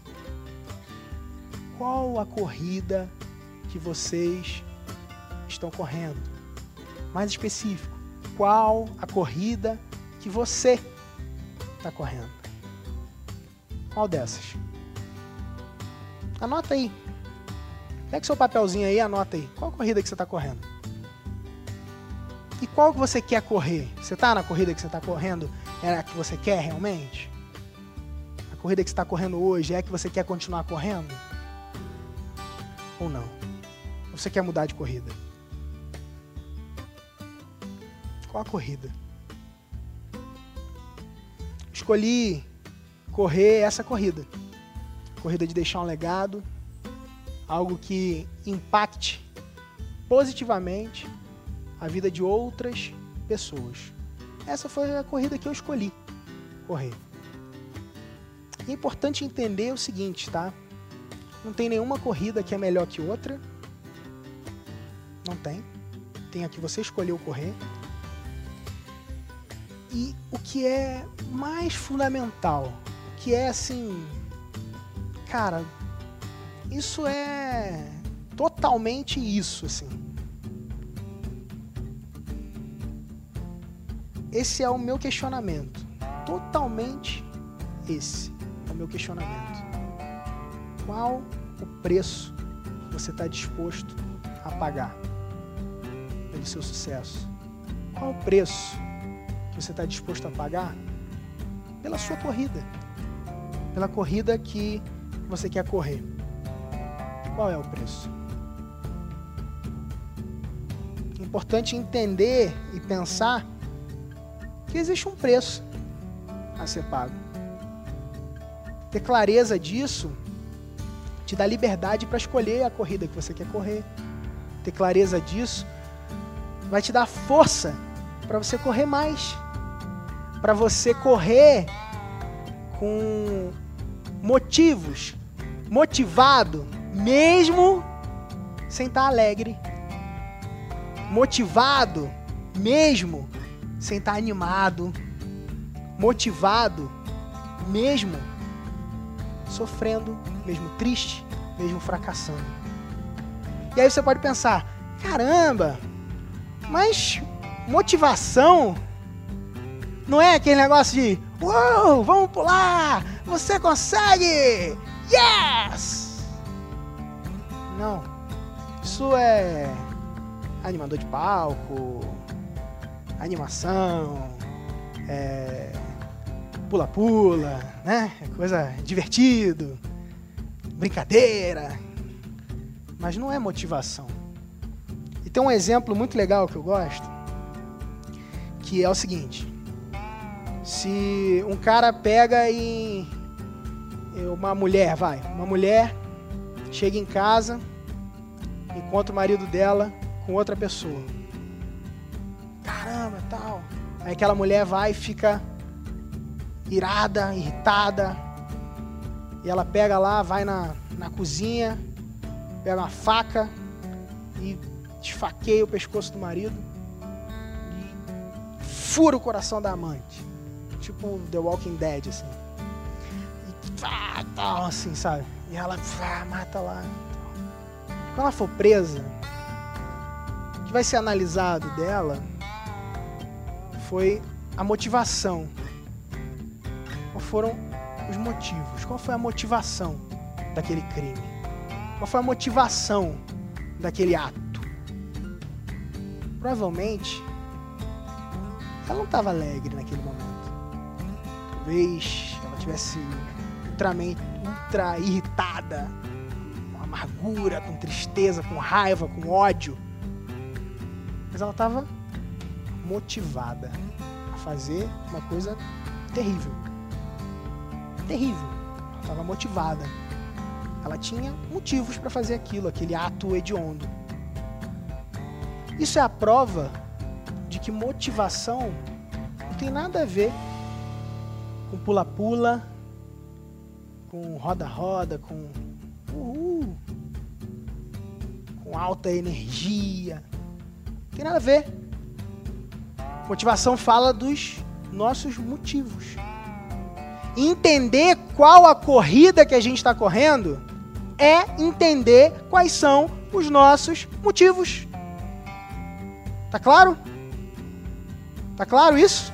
Qual a corrida que vocês estão correndo? Mais específico, qual a corrida que você está correndo? Qual dessas? Anota aí. Pega seu papelzinho aí e anota aí. Qual a corrida que você está correndo? E qual que você quer correr? Você está na corrida que você está correndo? É a que você quer realmente? A corrida que você está correndo hoje é a que você quer continuar correndo? Ou não? Ou você quer mudar de corrida? Qual a corrida? Escolhi correr essa corrida. Corrida de deixar um legado, algo que impacte positivamente a vida de outras pessoas. Essa foi a corrida que eu escolhi correr. E é importante entender o seguinte, tá? Não tem nenhuma corrida que é melhor que outra. Não tem. Tem a que você escolheu correr. E o que é mais fundamental, o que é assim, cara, isso é totalmente isso, assim. Esse é o meu questionamento. Totalmente esse é o meu questionamento. Qual o preço que você está disposto a pagar pelo seu sucesso? Qual o preço que você está disposto a pagar pela sua corrida? Pela corrida que você quer correr. Qual é o preço? É importante entender e pensar que existe um preço a ser pago. Ter clareza disso te dá liberdade para escolher a corrida que você quer correr. Ter clareza disso vai te dar força para você correr mais. Para você correr com motivos, motivado, mesmo sem estar alegre. Motivado, mesmo sem estar animado. Motivado, mesmo sofrendo, mesmo triste, mesmo fracassando. E aí você pode pensar, caramba, mas motivação não é aquele negócio de uou, vamos pular, você consegue, yes! Não, isso é animador de palco, animação, pula-pula, né? É coisa divertido, brincadeira, mas não é motivação. E tem um exemplo muito legal que eu gosto, que é o seguinte: se um cara pega e uma mulher chega em casa, encontra o marido dela com outra pessoa. Caramba, tal. Aí aquela mulher vai e fica irada, irritada. E ela pega lá, vai na cozinha, pega uma faca e esfaqueia o pescoço do marido e fura o coração da amante. Tipo The Walking Dead, assim. E tal, assim, sabe? E ela mata lá. Quando ela for presa, o que vai ser analisado dela foi a motivação. Qual foram os motivos? Qual foi a motivação daquele crime? Qual foi a motivação daquele ato? Provavelmente ela não estava alegre naquele momento. Talvez ela tivesse ultra irritada, com amargura, com tristeza, com raiva, com ódio. Mas ela estava motivada a fazer uma coisa terrível. Terrível. Ela estava motivada. Ela tinha motivos para fazer aquilo, aquele ato hediondo. Isso é a prova de que motivação não tem nada a ver com pula-pula, com roda-roda, com com alta energia. Não tem nada a ver. Motivação fala dos nossos motivos. E entender qual a corrida que a gente está correndo é entender quais são os nossos motivos. Tá claro? Tá claro isso?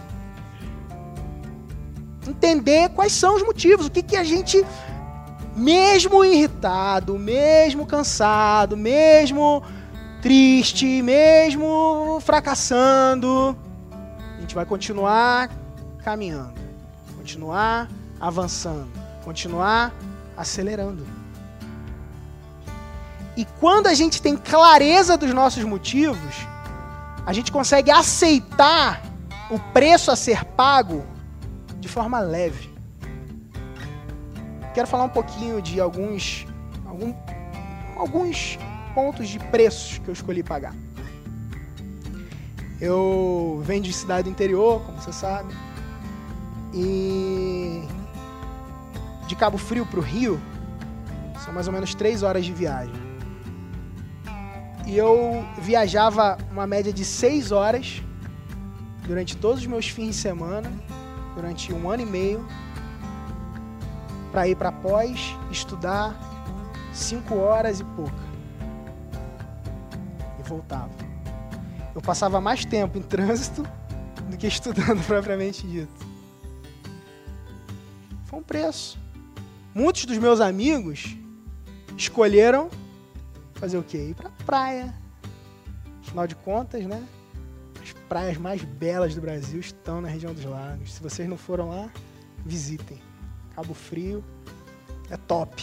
Entender quais são os motivos, o que a gente, mesmo irritado, mesmo cansado, mesmo triste, mesmo fracassando, a gente vai continuar caminhando, continuar avançando, continuar acelerando. E quando a gente tem clareza dos nossos motivos, a gente consegue aceitar o preço a ser pago de forma leve. Quero falar um pouquinho de alguns pontos de preços que eu escolhi pagar. Eu venho de cidade do interior, como você sabe, e de Cabo Frio para o Rio são mais ou menos 3 horas de viagem. E eu viajava uma média de 6 horas durante todos os meus fins de semana, durante 1 ano e meio, para ir para pós, estudar 5 horas e pouca. E voltava. Eu passava mais tempo em trânsito do que estudando propriamente dito. Foi um preço. Muitos dos meus amigos escolheram fazer o quê? Ir pra praia. Afinal de contas, né? As praias mais belas do Brasil estão na região dos lagos. Se vocês não foram lá, visitem. Cabo Frio é top.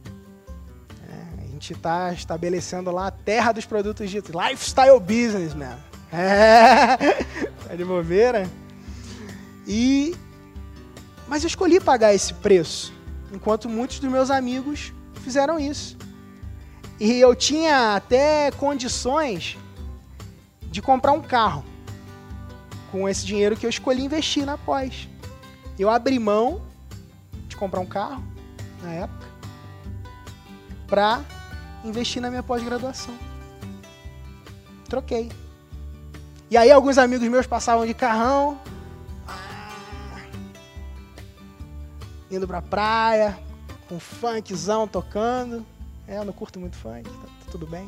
A gente está estabelecendo lá a terra dos produtos ditos. Lifestyle business, man. Tá de bobeira? Mas eu escolhi pagar esse preço, enquanto muitos dos meus amigos fizeram isso. E eu tinha até condições de comprar um carro com esse dinheiro que eu escolhi investir na pós. Eu abri mão de comprar um carro, na época, para investir na minha pós-graduação. Troquei. E aí alguns amigos meus passavam de carrão, indo pra praia, com funkzão tocando. Eu não curto muito funk, tá tudo bem.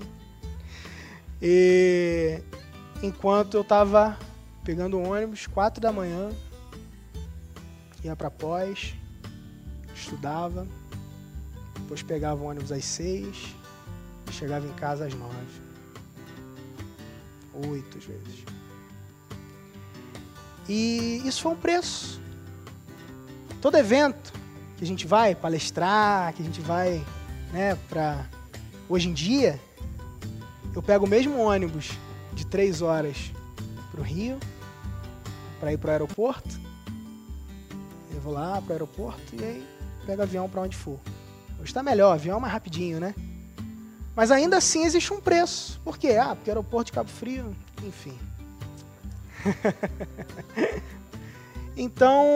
E enquanto eu tava pegando o ônibus, 4 da manhã, ia pra pós, estudava, depois pegava o ônibus às 6, chegava em casa às 9. 8 vezes. E isso foi um preço. Todo evento que a gente vai palestrar, que a gente vai, né, hoje em dia, eu pego o mesmo ônibus de 3 horas pro Rio, para ir pro aeroporto. Eu vou lá pro aeroporto e aí pego avião para onde for. Hoje está melhor, avião é mais rapidinho, né? Mas ainda assim existe um preço. Por quê? Porque o aeroporto de Cabo Frio, enfim. Então,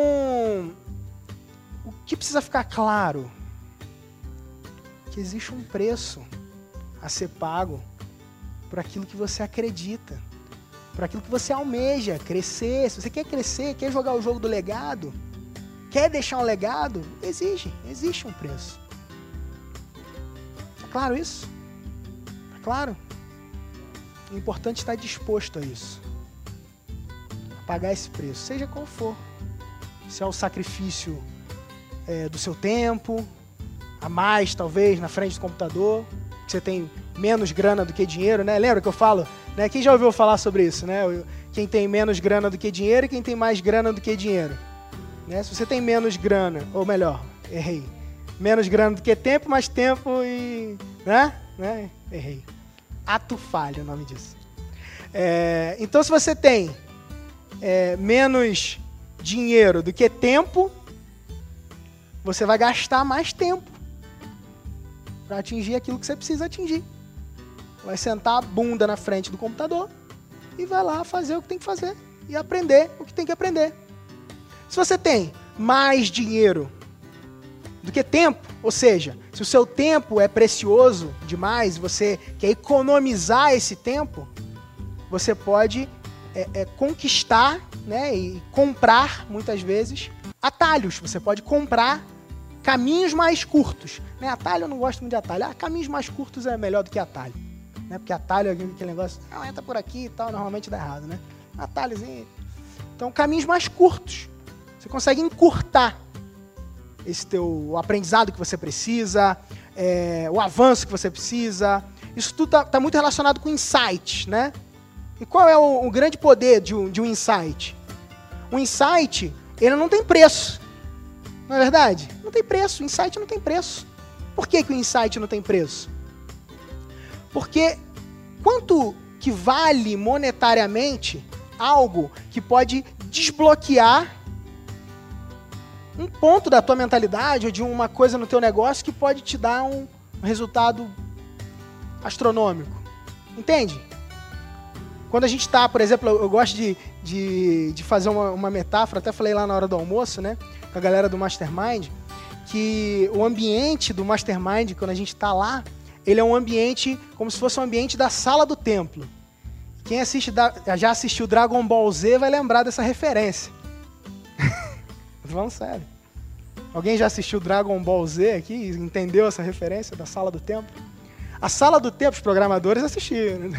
o que precisa ficar claro? Que existe um preço a ser pago por aquilo que você acredita, por aquilo que você almeja, crescer. Se você quer crescer, quer jogar o jogo do legado, quer deixar um legado, existe um preço. Tá claro isso? Tá claro? O importante é estar disposto a isso. A pagar esse preço, seja qual for. Se é o sacrifício do seu tempo, a mais, talvez, na frente do computador, que você tem menos grana do que dinheiro, né? Lembra que eu falo, né? Quem já ouviu falar sobre isso, né? Quem tem menos grana do que dinheiro e quem tem mais grana do que dinheiro. Né? Se você tem menos grana, ou melhor, errei. Menos grana do que tempo, mais tempo e... Né? Errei. Ato falho, é o nome disso. Então, se você tem menos dinheiro do que tempo, você vai gastar mais tempo para atingir aquilo que você precisa atingir. Vai sentar a bunda na frente do computador e vai lá fazer o que tem que fazer e aprender o que tem que aprender. Se você tem mais dinheiro do que tempo, ou seja, se o seu tempo é precioso demais e você quer economizar esse tempo, você pode conquistar, né, e comprar, muitas vezes, atalhos. Você pode comprar caminhos mais curtos. Né? Atalho, eu não gosto muito de atalho. Caminhos mais curtos é melhor do que atalho. Né? Porque atalho é aquele negócio, entra por aqui e tal, normalmente dá errado, né? Atalhozinho. Então, caminhos mais curtos. Você consegue encurtar o aprendizado que você precisa, o avanço que você precisa. Isso tudo tá muito relacionado com insights, né? E qual é o grande poder de um insight? O insight, ele não tem preço. Não é verdade? Não tem preço. O insight não tem preço. Por que o insight não tem preço? Porque quanto que vale monetariamente algo que pode desbloquear um ponto da tua mentalidade ou de uma coisa no teu negócio que pode te dar um resultado astronômico? Entende? Quando a gente está, por exemplo, eu gosto de fazer uma metáfora, até falei lá na hora do almoço, né, com a galera do Mastermind, que o ambiente do Mastermind, quando a gente está lá, ele é um ambiente como se fosse um ambiente da sala do templo. Quem já assistiu Dragon Ball Z vai lembrar dessa referência. Vamos sério. Alguém já assistiu Dragon Ball Z aqui e entendeu essa referência da sala do templo? A sala do templo, os programadores assistiram.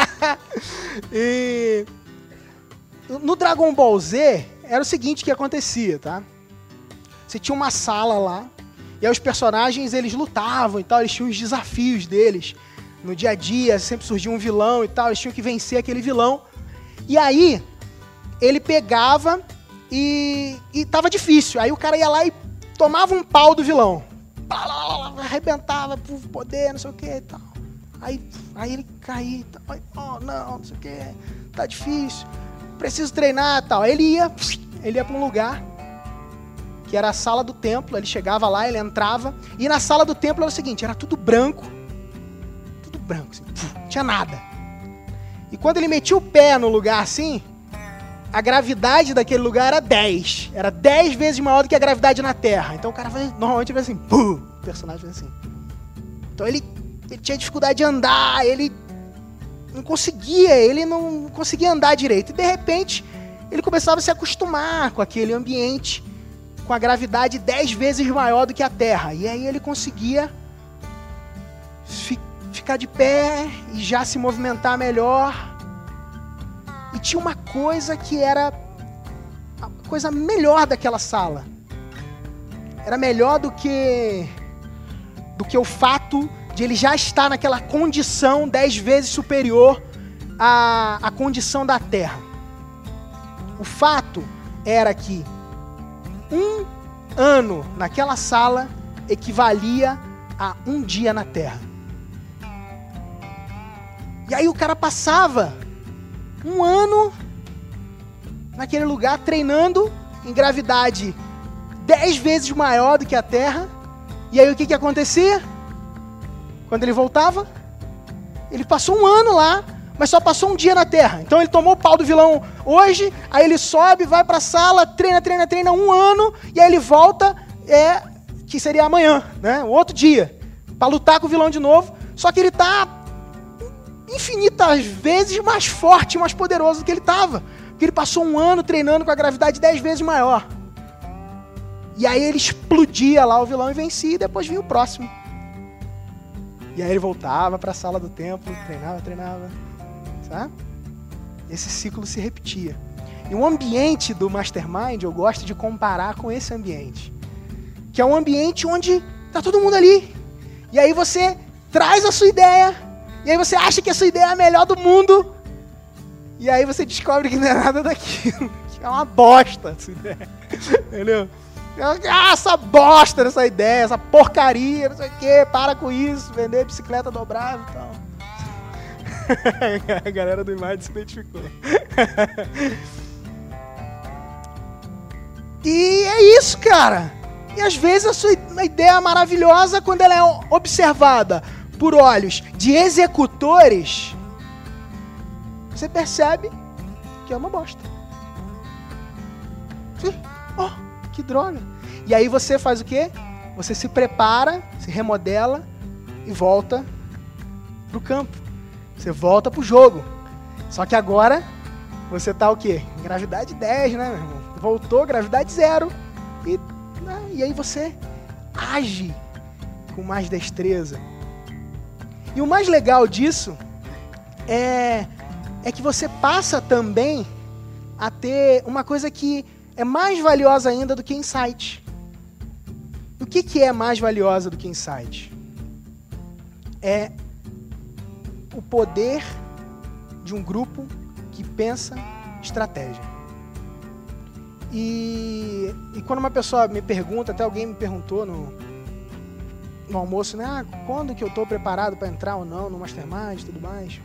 E no Dragon Ball Z, era o seguinte que acontecia, tá? Você tinha uma sala lá, e aí os personagens, eles lutavam e tal, eles tinham os desafios deles. No dia a dia, sempre surgia um vilão e tal, eles tinham que vencer aquele vilão. E aí, ele pegava e tava difícil. Aí o cara ia lá e tomava um pau do vilão. Arrebentava por poder, não sei o que e tal. Aí ele caía, oh não sei o que, tá difícil, preciso treinar e tal. Aí ele ia pra um lugar que era a sala do templo. Ele chegava lá, ele entrava, e na sala do templo era o seguinte, era tudo branco, assim, não tinha nada. E quando ele metia o pé no lugar assim, a gravidade daquele lugar era 10. Era 10 vezes maior do que a gravidade na Terra. Então o cara normalmente fazia assim, pum, o personagem fazia assim. Então ele tinha dificuldade de andar, ele não conseguia andar direito. E de repente, ele começava a se acostumar com aquele ambiente, com a gravidade 10 vezes maior do que a Terra. E aí ele conseguia ficar de pé e já se movimentar melhor. E tinha uma coisa que era a coisa melhor daquela sala. Era melhor do que o fato de ele já estar naquela condição 10 vezes superior à condição da Terra. O fato era que um ano naquela sala equivalia a um dia na Terra. E aí o cara passava um ano naquele lugar treinando em gravidade 10 vezes maior do que a Terra. E aí o que acontecia? Quando ele voltava, ele passou um ano lá, mas só passou um dia na Terra. Então ele tomou o pau do vilão hoje, aí ele sobe, vai pra sala, treina um ano, e aí ele volta, que seria amanhã, né? O outro dia, pra lutar com o vilão de novo. Só que ele tá infinitas vezes mais forte, mais poderoso do que ele estava. Porque ele passou um ano treinando com a gravidade 10 vezes maior. E aí ele explodia lá o vilão e vencia, e depois vinha o próximo. E aí ele voltava para a sala do templo, treinava. Sabe? Esse ciclo se repetia. E o ambiente do Mastermind, eu gosto de comparar com esse ambiente. Que é um ambiente onde tá todo mundo ali. E aí você traz a sua ideia, e aí você acha que a sua ideia é a melhor do mundo, e aí você descobre que não é nada daquilo, que é uma bosta a sua ideia, entendeu? Essa bosta dessa ideia, essa porcaria, não sei o que, para com isso, vender bicicleta dobrável e tal. A galera do Imagem se identificou. E é isso, cara. E às vezes a sua ideia maravilhosa, quando ela é observada por olhos de executores, você percebe que é uma bosta. Que droga. E aí você faz o quê? Você se prepara, se remodela e volta pro campo. Você volta pro jogo. Só que agora você tá o quê? Gravidade 10, né, meu irmão? Voltou, gravidade 0. E aí você age com mais destreza. E o mais legal disso é que você passa também a ter uma coisa que é mais valiosa ainda do que insight. O que é mais valiosa do que insight? É o poder de um grupo que pensa estratégia. E quando uma pessoa me pergunta, até alguém me perguntou no almoço, né? Quando que eu estou preparado para entrar ou não no Mastermind e tudo mais?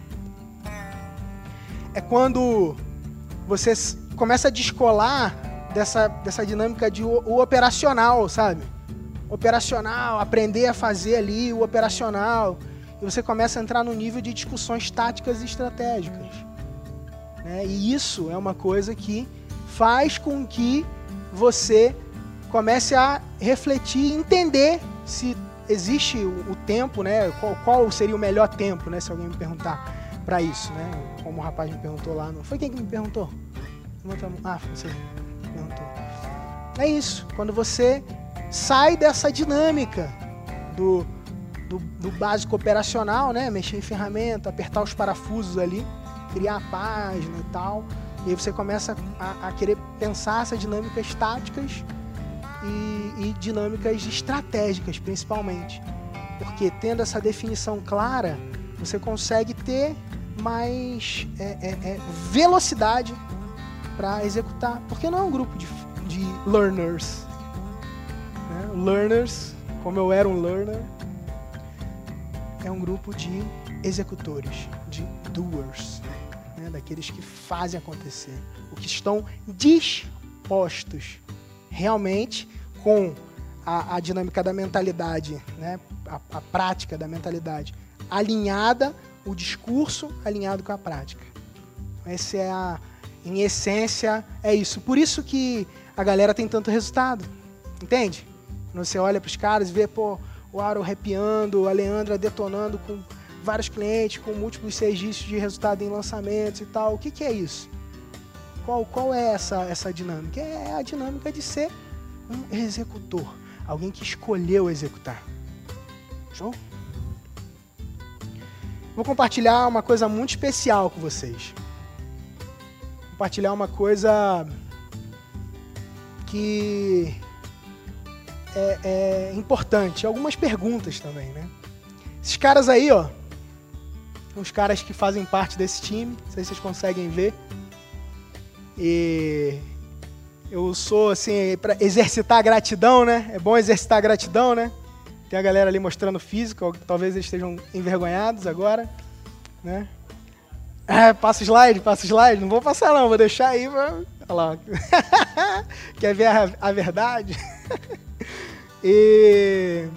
É quando você começa a descolar dessa dinâmica de o operacional, sabe? Operacional, aprender a fazer ali o operacional. E você começa a entrar no nível de discussões táticas e estratégicas. Né? E isso é uma coisa que faz com que você comece a refletir e entender se existe o tempo, né? Qual seria o melhor tempo, né? Se alguém me perguntar para isso, né? Como o rapaz me perguntou lá. Não foi quem que me perguntou? Foi você que perguntou. É isso. Quando você sai dessa dinâmica do básico operacional, né? Mexer em ferramenta, apertar os parafusos ali, criar a página e tal. E aí você começa a querer pensar essas dinâmicas táticas e dinâmicas estratégicas, principalmente. Porque tendo essa definição clara, você consegue ter mais velocidade para executar. Porque não é um grupo de learners. Né? Learners, como eu era um learner, é um grupo de executores, de doers. Daqueles que fazem acontecer, o que estão dispostos realmente com a dinâmica da mentalidade, né? a prática da mentalidade alinhada, o discurso alinhado com a prática. Esse em essência, é isso. Por isso que a galera tem tanto resultado, entende? Quando você olha para os caras e vê, o Aro arrepiando, a Leandra detonando com vários clientes, com múltiplos 6 dígitos de resultado em lançamentos e tal. O que é isso? Qual é essa dinâmica? É a dinâmica de ser um executor. Alguém que escolheu executar. Show? Vou compartilhar uma coisa muito especial com vocês. Compartilhar uma coisa que é importante. Algumas perguntas também, né? Esses caras aí, ó, os caras que fazem parte desse time, não sei se vocês conseguem ver. E eu sou, assim, para exercitar a gratidão, né? É bom exercitar a gratidão, né? Tem a galera ali mostrando físico, talvez eles estejam envergonhados agora, né? Passa o slide, não vou passar não, vou deixar aí pra... Olha lá. Quer ver a verdade? E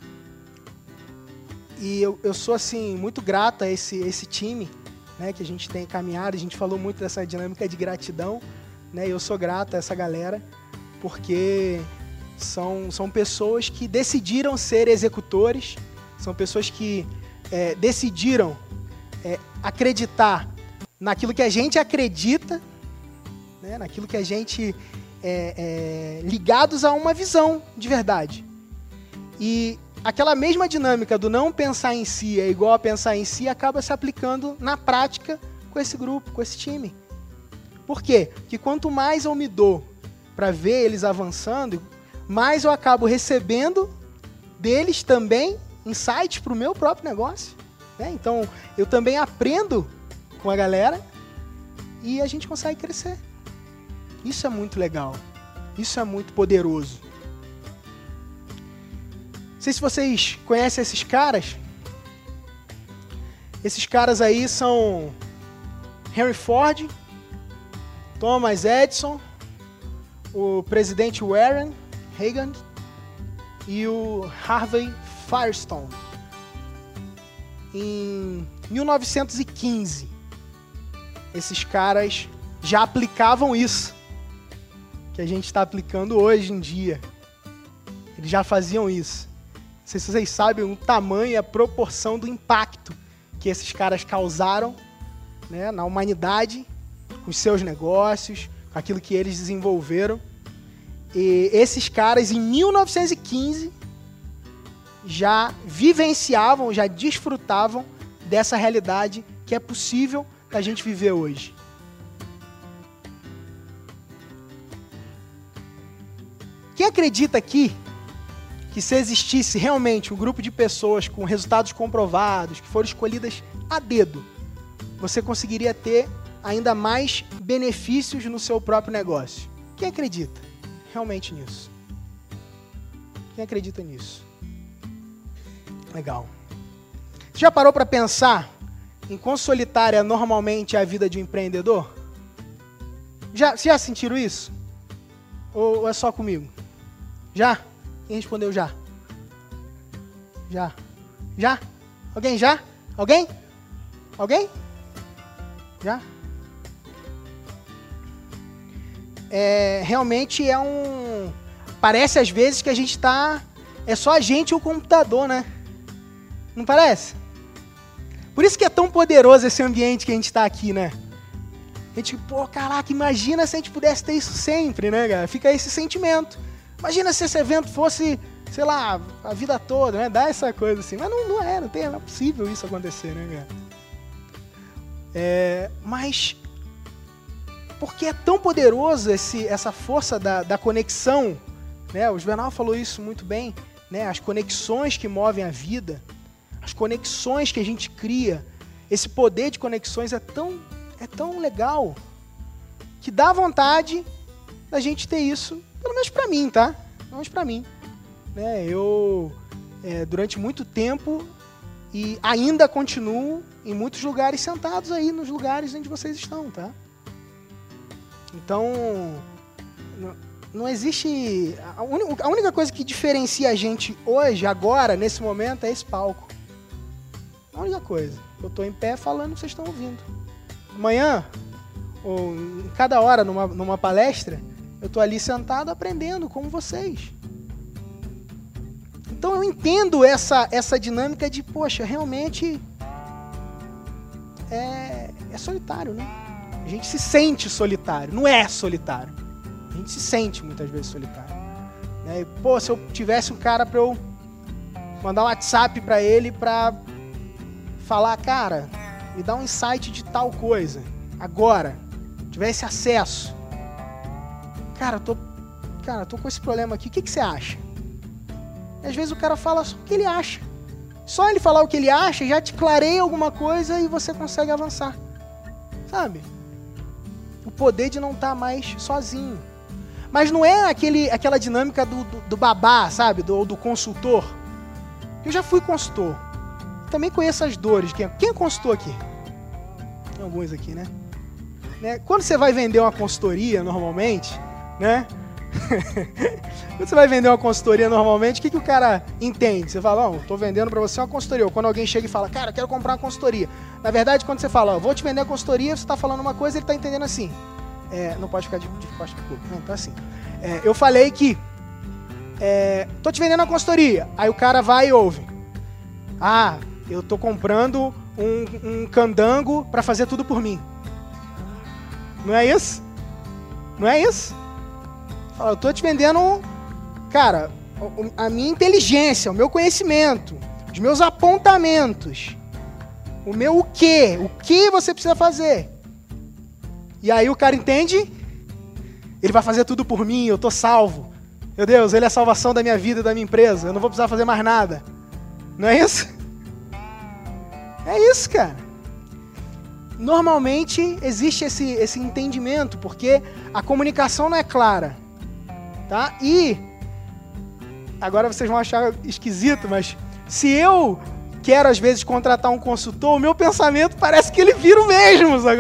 eu sou, assim, muito grato a esse time, né, que a gente tem caminhado. A gente falou muito dessa dinâmica de gratidão, né? Eu sou grato a essa galera, porque são pessoas que decidiram ser executores, são pessoas que decidiram acreditar naquilo que a gente acredita, né, naquilo que a gente ligados a uma visão de verdade. E aquela mesma dinâmica do não pensar em si é igual a pensar em si acaba se aplicando na prática com esse grupo, com esse time. Por quê? Porque quanto mais eu me dou para ver eles avançando, mais eu acabo recebendo deles também insights para o meu próprio negócio. Né? Então, eu também aprendo com a galera e a gente consegue crescer. Isso é muito legal. Isso é muito poderoso. Não sei se vocês conhecem esses caras. Esses caras aí são Henry Ford, Thomas Edison, o presidente Warren Reagan e o Harvey Firestone. Em 1915, esses caras já aplicavam isso que a gente está aplicando hoje em dia. Eles já faziam isso. Não sei se vocês sabem o tamanho e a proporção do impacto que esses caras causaram, né, na humanidade com os seus negócios, com aquilo que eles desenvolveram. E esses caras, em 1915, já vivenciavam, já desfrutavam dessa realidade que é possível da gente viver hoje. Quem acredita aqui que se existisse realmente um grupo de pessoas com resultados comprovados, que foram escolhidas a dedo, você conseguiria ter ainda mais benefícios no seu próprio negócio? Quem acredita realmente nisso? Quem acredita nisso? Legal. Você já parou para pensar em quão solitária normalmente é a vida de um empreendedor? Vocês já sentiram isso? Ou é só comigo? Já? Quem respondeu já? Já? Já? Alguém já? Alguém? Alguém? Já? Realmente parece às vezes que a gente tá... É só a gente e o computador, né? Não parece? Por isso que é tão poderoso esse ambiente que a gente está aqui, né? A gente, caraca, imagina se a gente pudesse ter isso sempre, né, cara? Fica esse sentimento. Imagina se esse evento fosse, sei lá, a vida toda, né? Dá essa coisa assim. Mas não é possível isso acontecer, né, cara? Mas, porque é tão poderoso essa força da conexão, né? O Juvenal falou isso muito bem, né? As conexões que movem a vida, as conexões que a gente cria, esse poder de conexões é tão legal que dá vontade da gente ter isso, pelo menos pra mim, tá? Pelo menos pra mim. Né? Eu, durante muito tempo, e ainda continuo em muitos lugares sentados aí, nos lugares onde vocês estão, tá? Então, não existe... A única coisa que diferencia a gente hoje, agora, nesse momento, é esse palco. A única coisa. Eu estou em pé falando, vocês estão ouvindo. Amanhã, ou em cada hora, numa palestra, eu estou ali sentado aprendendo como vocês. Então eu entendo essa dinâmica de, poxa, realmente é solitário, né? A gente se sente solitário, não é solitário. A gente se sente muitas vezes solitário. Né? E, se eu tivesse um cara para eu mandar um WhatsApp para ele para falar, cara, me dá um insight de tal coisa, agora, tivesse acesso. Cara, eu tô com esse problema aqui, o que você acha? E às vezes o cara fala só o que ele acha. Só ele falar o que ele acha, já te clareia alguma coisa e você consegue avançar. Sabe? O poder de não estar mais sozinho. Mas não é aquela dinâmica do babá, sabe? Do consultor. Eu já fui consultor. Também conheço as dores. Quem é consultor aqui? Tem alguns aqui, né? Quando você vai vender uma consultoria, normalmente, né? Quando você vai vender uma consultoria, normalmente, o que o cara entende? Você fala, estou vendendo para você uma consultoria. Ou quando alguém chega e fala, cara, eu quero comprar uma consultoria. Na verdade, quando você fala, vou te vender a consultoria, você está falando uma coisa, ele está entendendo assim. Não pode ficar de costas pro público. Não, então assim. Eu falei que tô te vendendo a consultoria. Aí o cara vai e ouve. Eu tô comprando um candango para fazer tudo por mim. Não é isso? Não é isso? Fala, eu tô te vendendo, cara, a minha inteligência, o meu conhecimento, os meus apontamentos, o meu o que você precisa fazer. E aí o cara entende, ele vai fazer tudo por mim, eu tô salvo. Meu Deus, ele é a salvação da minha vida e da minha empresa, eu não vou precisar fazer mais nada. Não é isso? É isso, cara. Normalmente existe esse entendimento, porque a comunicação não é clara. Tá? E, agora vocês vão achar esquisito, mas se eu quero às vezes contratar um consultor, o meu pensamento parece que ele vira o mesmo, sabe?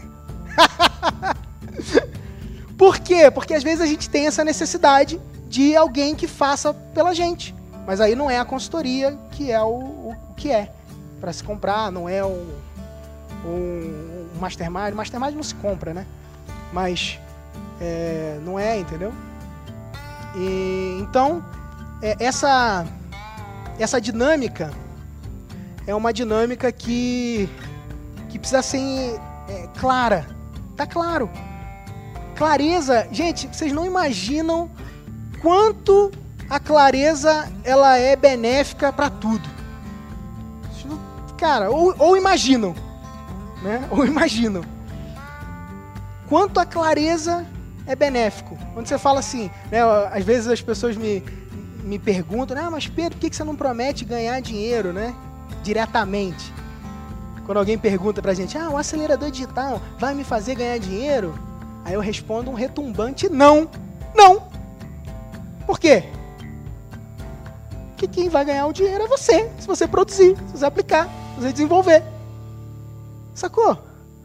Por quê? Porque às vezes a gente tem essa necessidade de alguém que faça pela gente. Mas aí não é a consultoria que é o que é para se comprar, não é um mastermind. Mastermind não se compra, né? Mas não é, entendeu? E, então, essa dinâmica é uma dinâmica que precisa ser clara, Tá claro. Clareza, gente, vocês não imaginam quanto a clareza ela é benéfica para tudo. Cara, ou imaginam, né? Ou imaginam quanto a clareza é benéfico. Quando você fala assim, né? Às vezes as pessoas me perguntam, mas Pedro, por que você não promete ganhar dinheiro, né? Diretamente. Quando alguém pergunta pra gente, o acelerador digital vai me fazer ganhar dinheiro? Aí eu respondo um retumbante não. Não. Por quê? Porque quem vai ganhar o dinheiro é você. Se você produzir, se você aplicar, se você desenvolver. Sacou?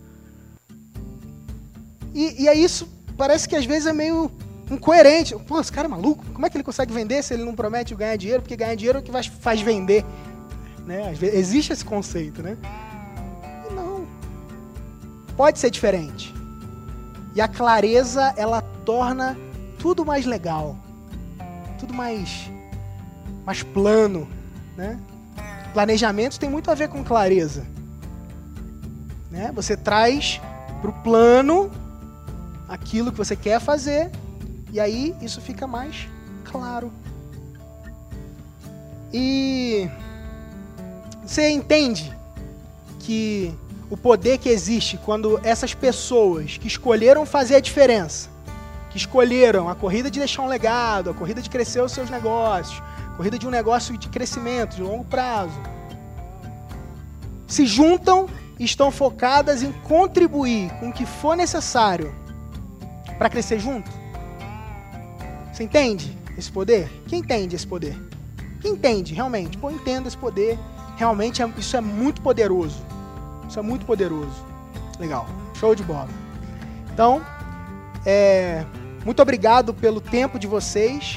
E é isso, parece que às vezes é meio incoerente. Pô, esse cara é maluco? Como é que ele consegue vender se ele não promete ganhar dinheiro? Porque ganhar dinheiro é o que faz vender. Né? Às vezes, existe esse conceito, né? E não. Pode ser diferente. E a clareza, ela torna tudo mais legal. Tudo mais plano, né? Planejamento tem muito a ver com clareza. Né? Você traz para o plano aquilo que você quer fazer e aí isso fica mais claro. E você entende que o poder que existe quando essas pessoas que escolheram fazer a diferença, que escolheram a corrida de deixar um legado, a corrida de crescer os seus negócios, a corrida de um negócio de crescimento, de longo prazo, se juntam e estão focadas em contribuir com o que for necessário para crescer junto? Você entende esse poder? Quem entende esse poder? Quem entende realmente? Pô, eu entendo esse poder. Realmente isso é muito poderoso. Isso é muito poderoso. Legal. Show de bola. Então, muito obrigado pelo tempo de vocês.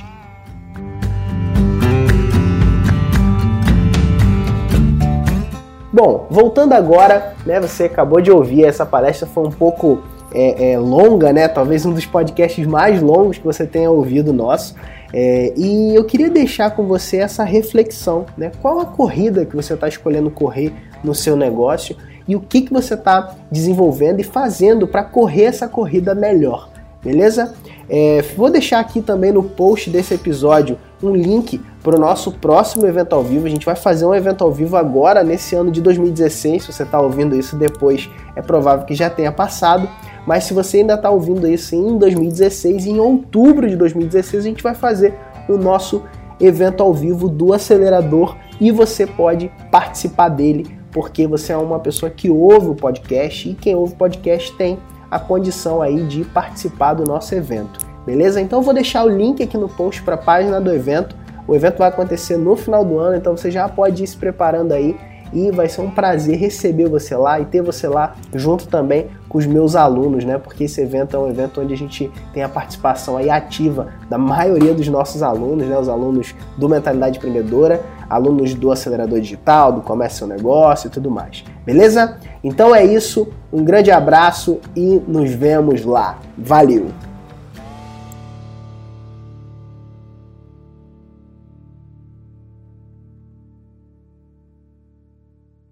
Bom, voltando agora, né, você acabou de ouvir, essa palestra foi um pouco longa, né, talvez um dos podcasts mais longos que você tenha ouvido nosso, e eu queria deixar com você essa reflexão, né, qual a corrida que você está escolhendo correr no seu negócio e o que você está desenvolvendo e fazendo para correr essa corrida melhor, beleza? Vou deixar aqui também no post desse episódio um link para o nosso próximo evento ao vivo. A gente vai fazer um evento ao vivo agora, nesse ano de 2016. Se você está ouvindo isso depois, é provável que já tenha passado. Mas se você ainda está ouvindo isso em 2016, em outubro de 2016, a gente vai fazer o nosso evento ao vivo do Acelerador e você pode participar dele, porque você é uma pessoa que ouve o podcast e quem ouve o podcast tem a condição aí de participar do nosso evento. Beleza? Então eu vou deixar o link aqui no post para a página do evento. O evento vai acontecer no final do ano, então você já pode ir se preparando aí e vai ser um prazer receber você lá e ter você lá junto também com os meus alunos, né? Porque esse evento é um evento onde a gente tem a participação aí ativa da maioria dos nossos alunos, né? Os alunos do Mentalidade Empreendedora, alunos do Acelerador Digital, do Comece Seu Negócio e tudo mais. Beleza? Então é isso, um grande abraço e nos vemos lá. Valeu!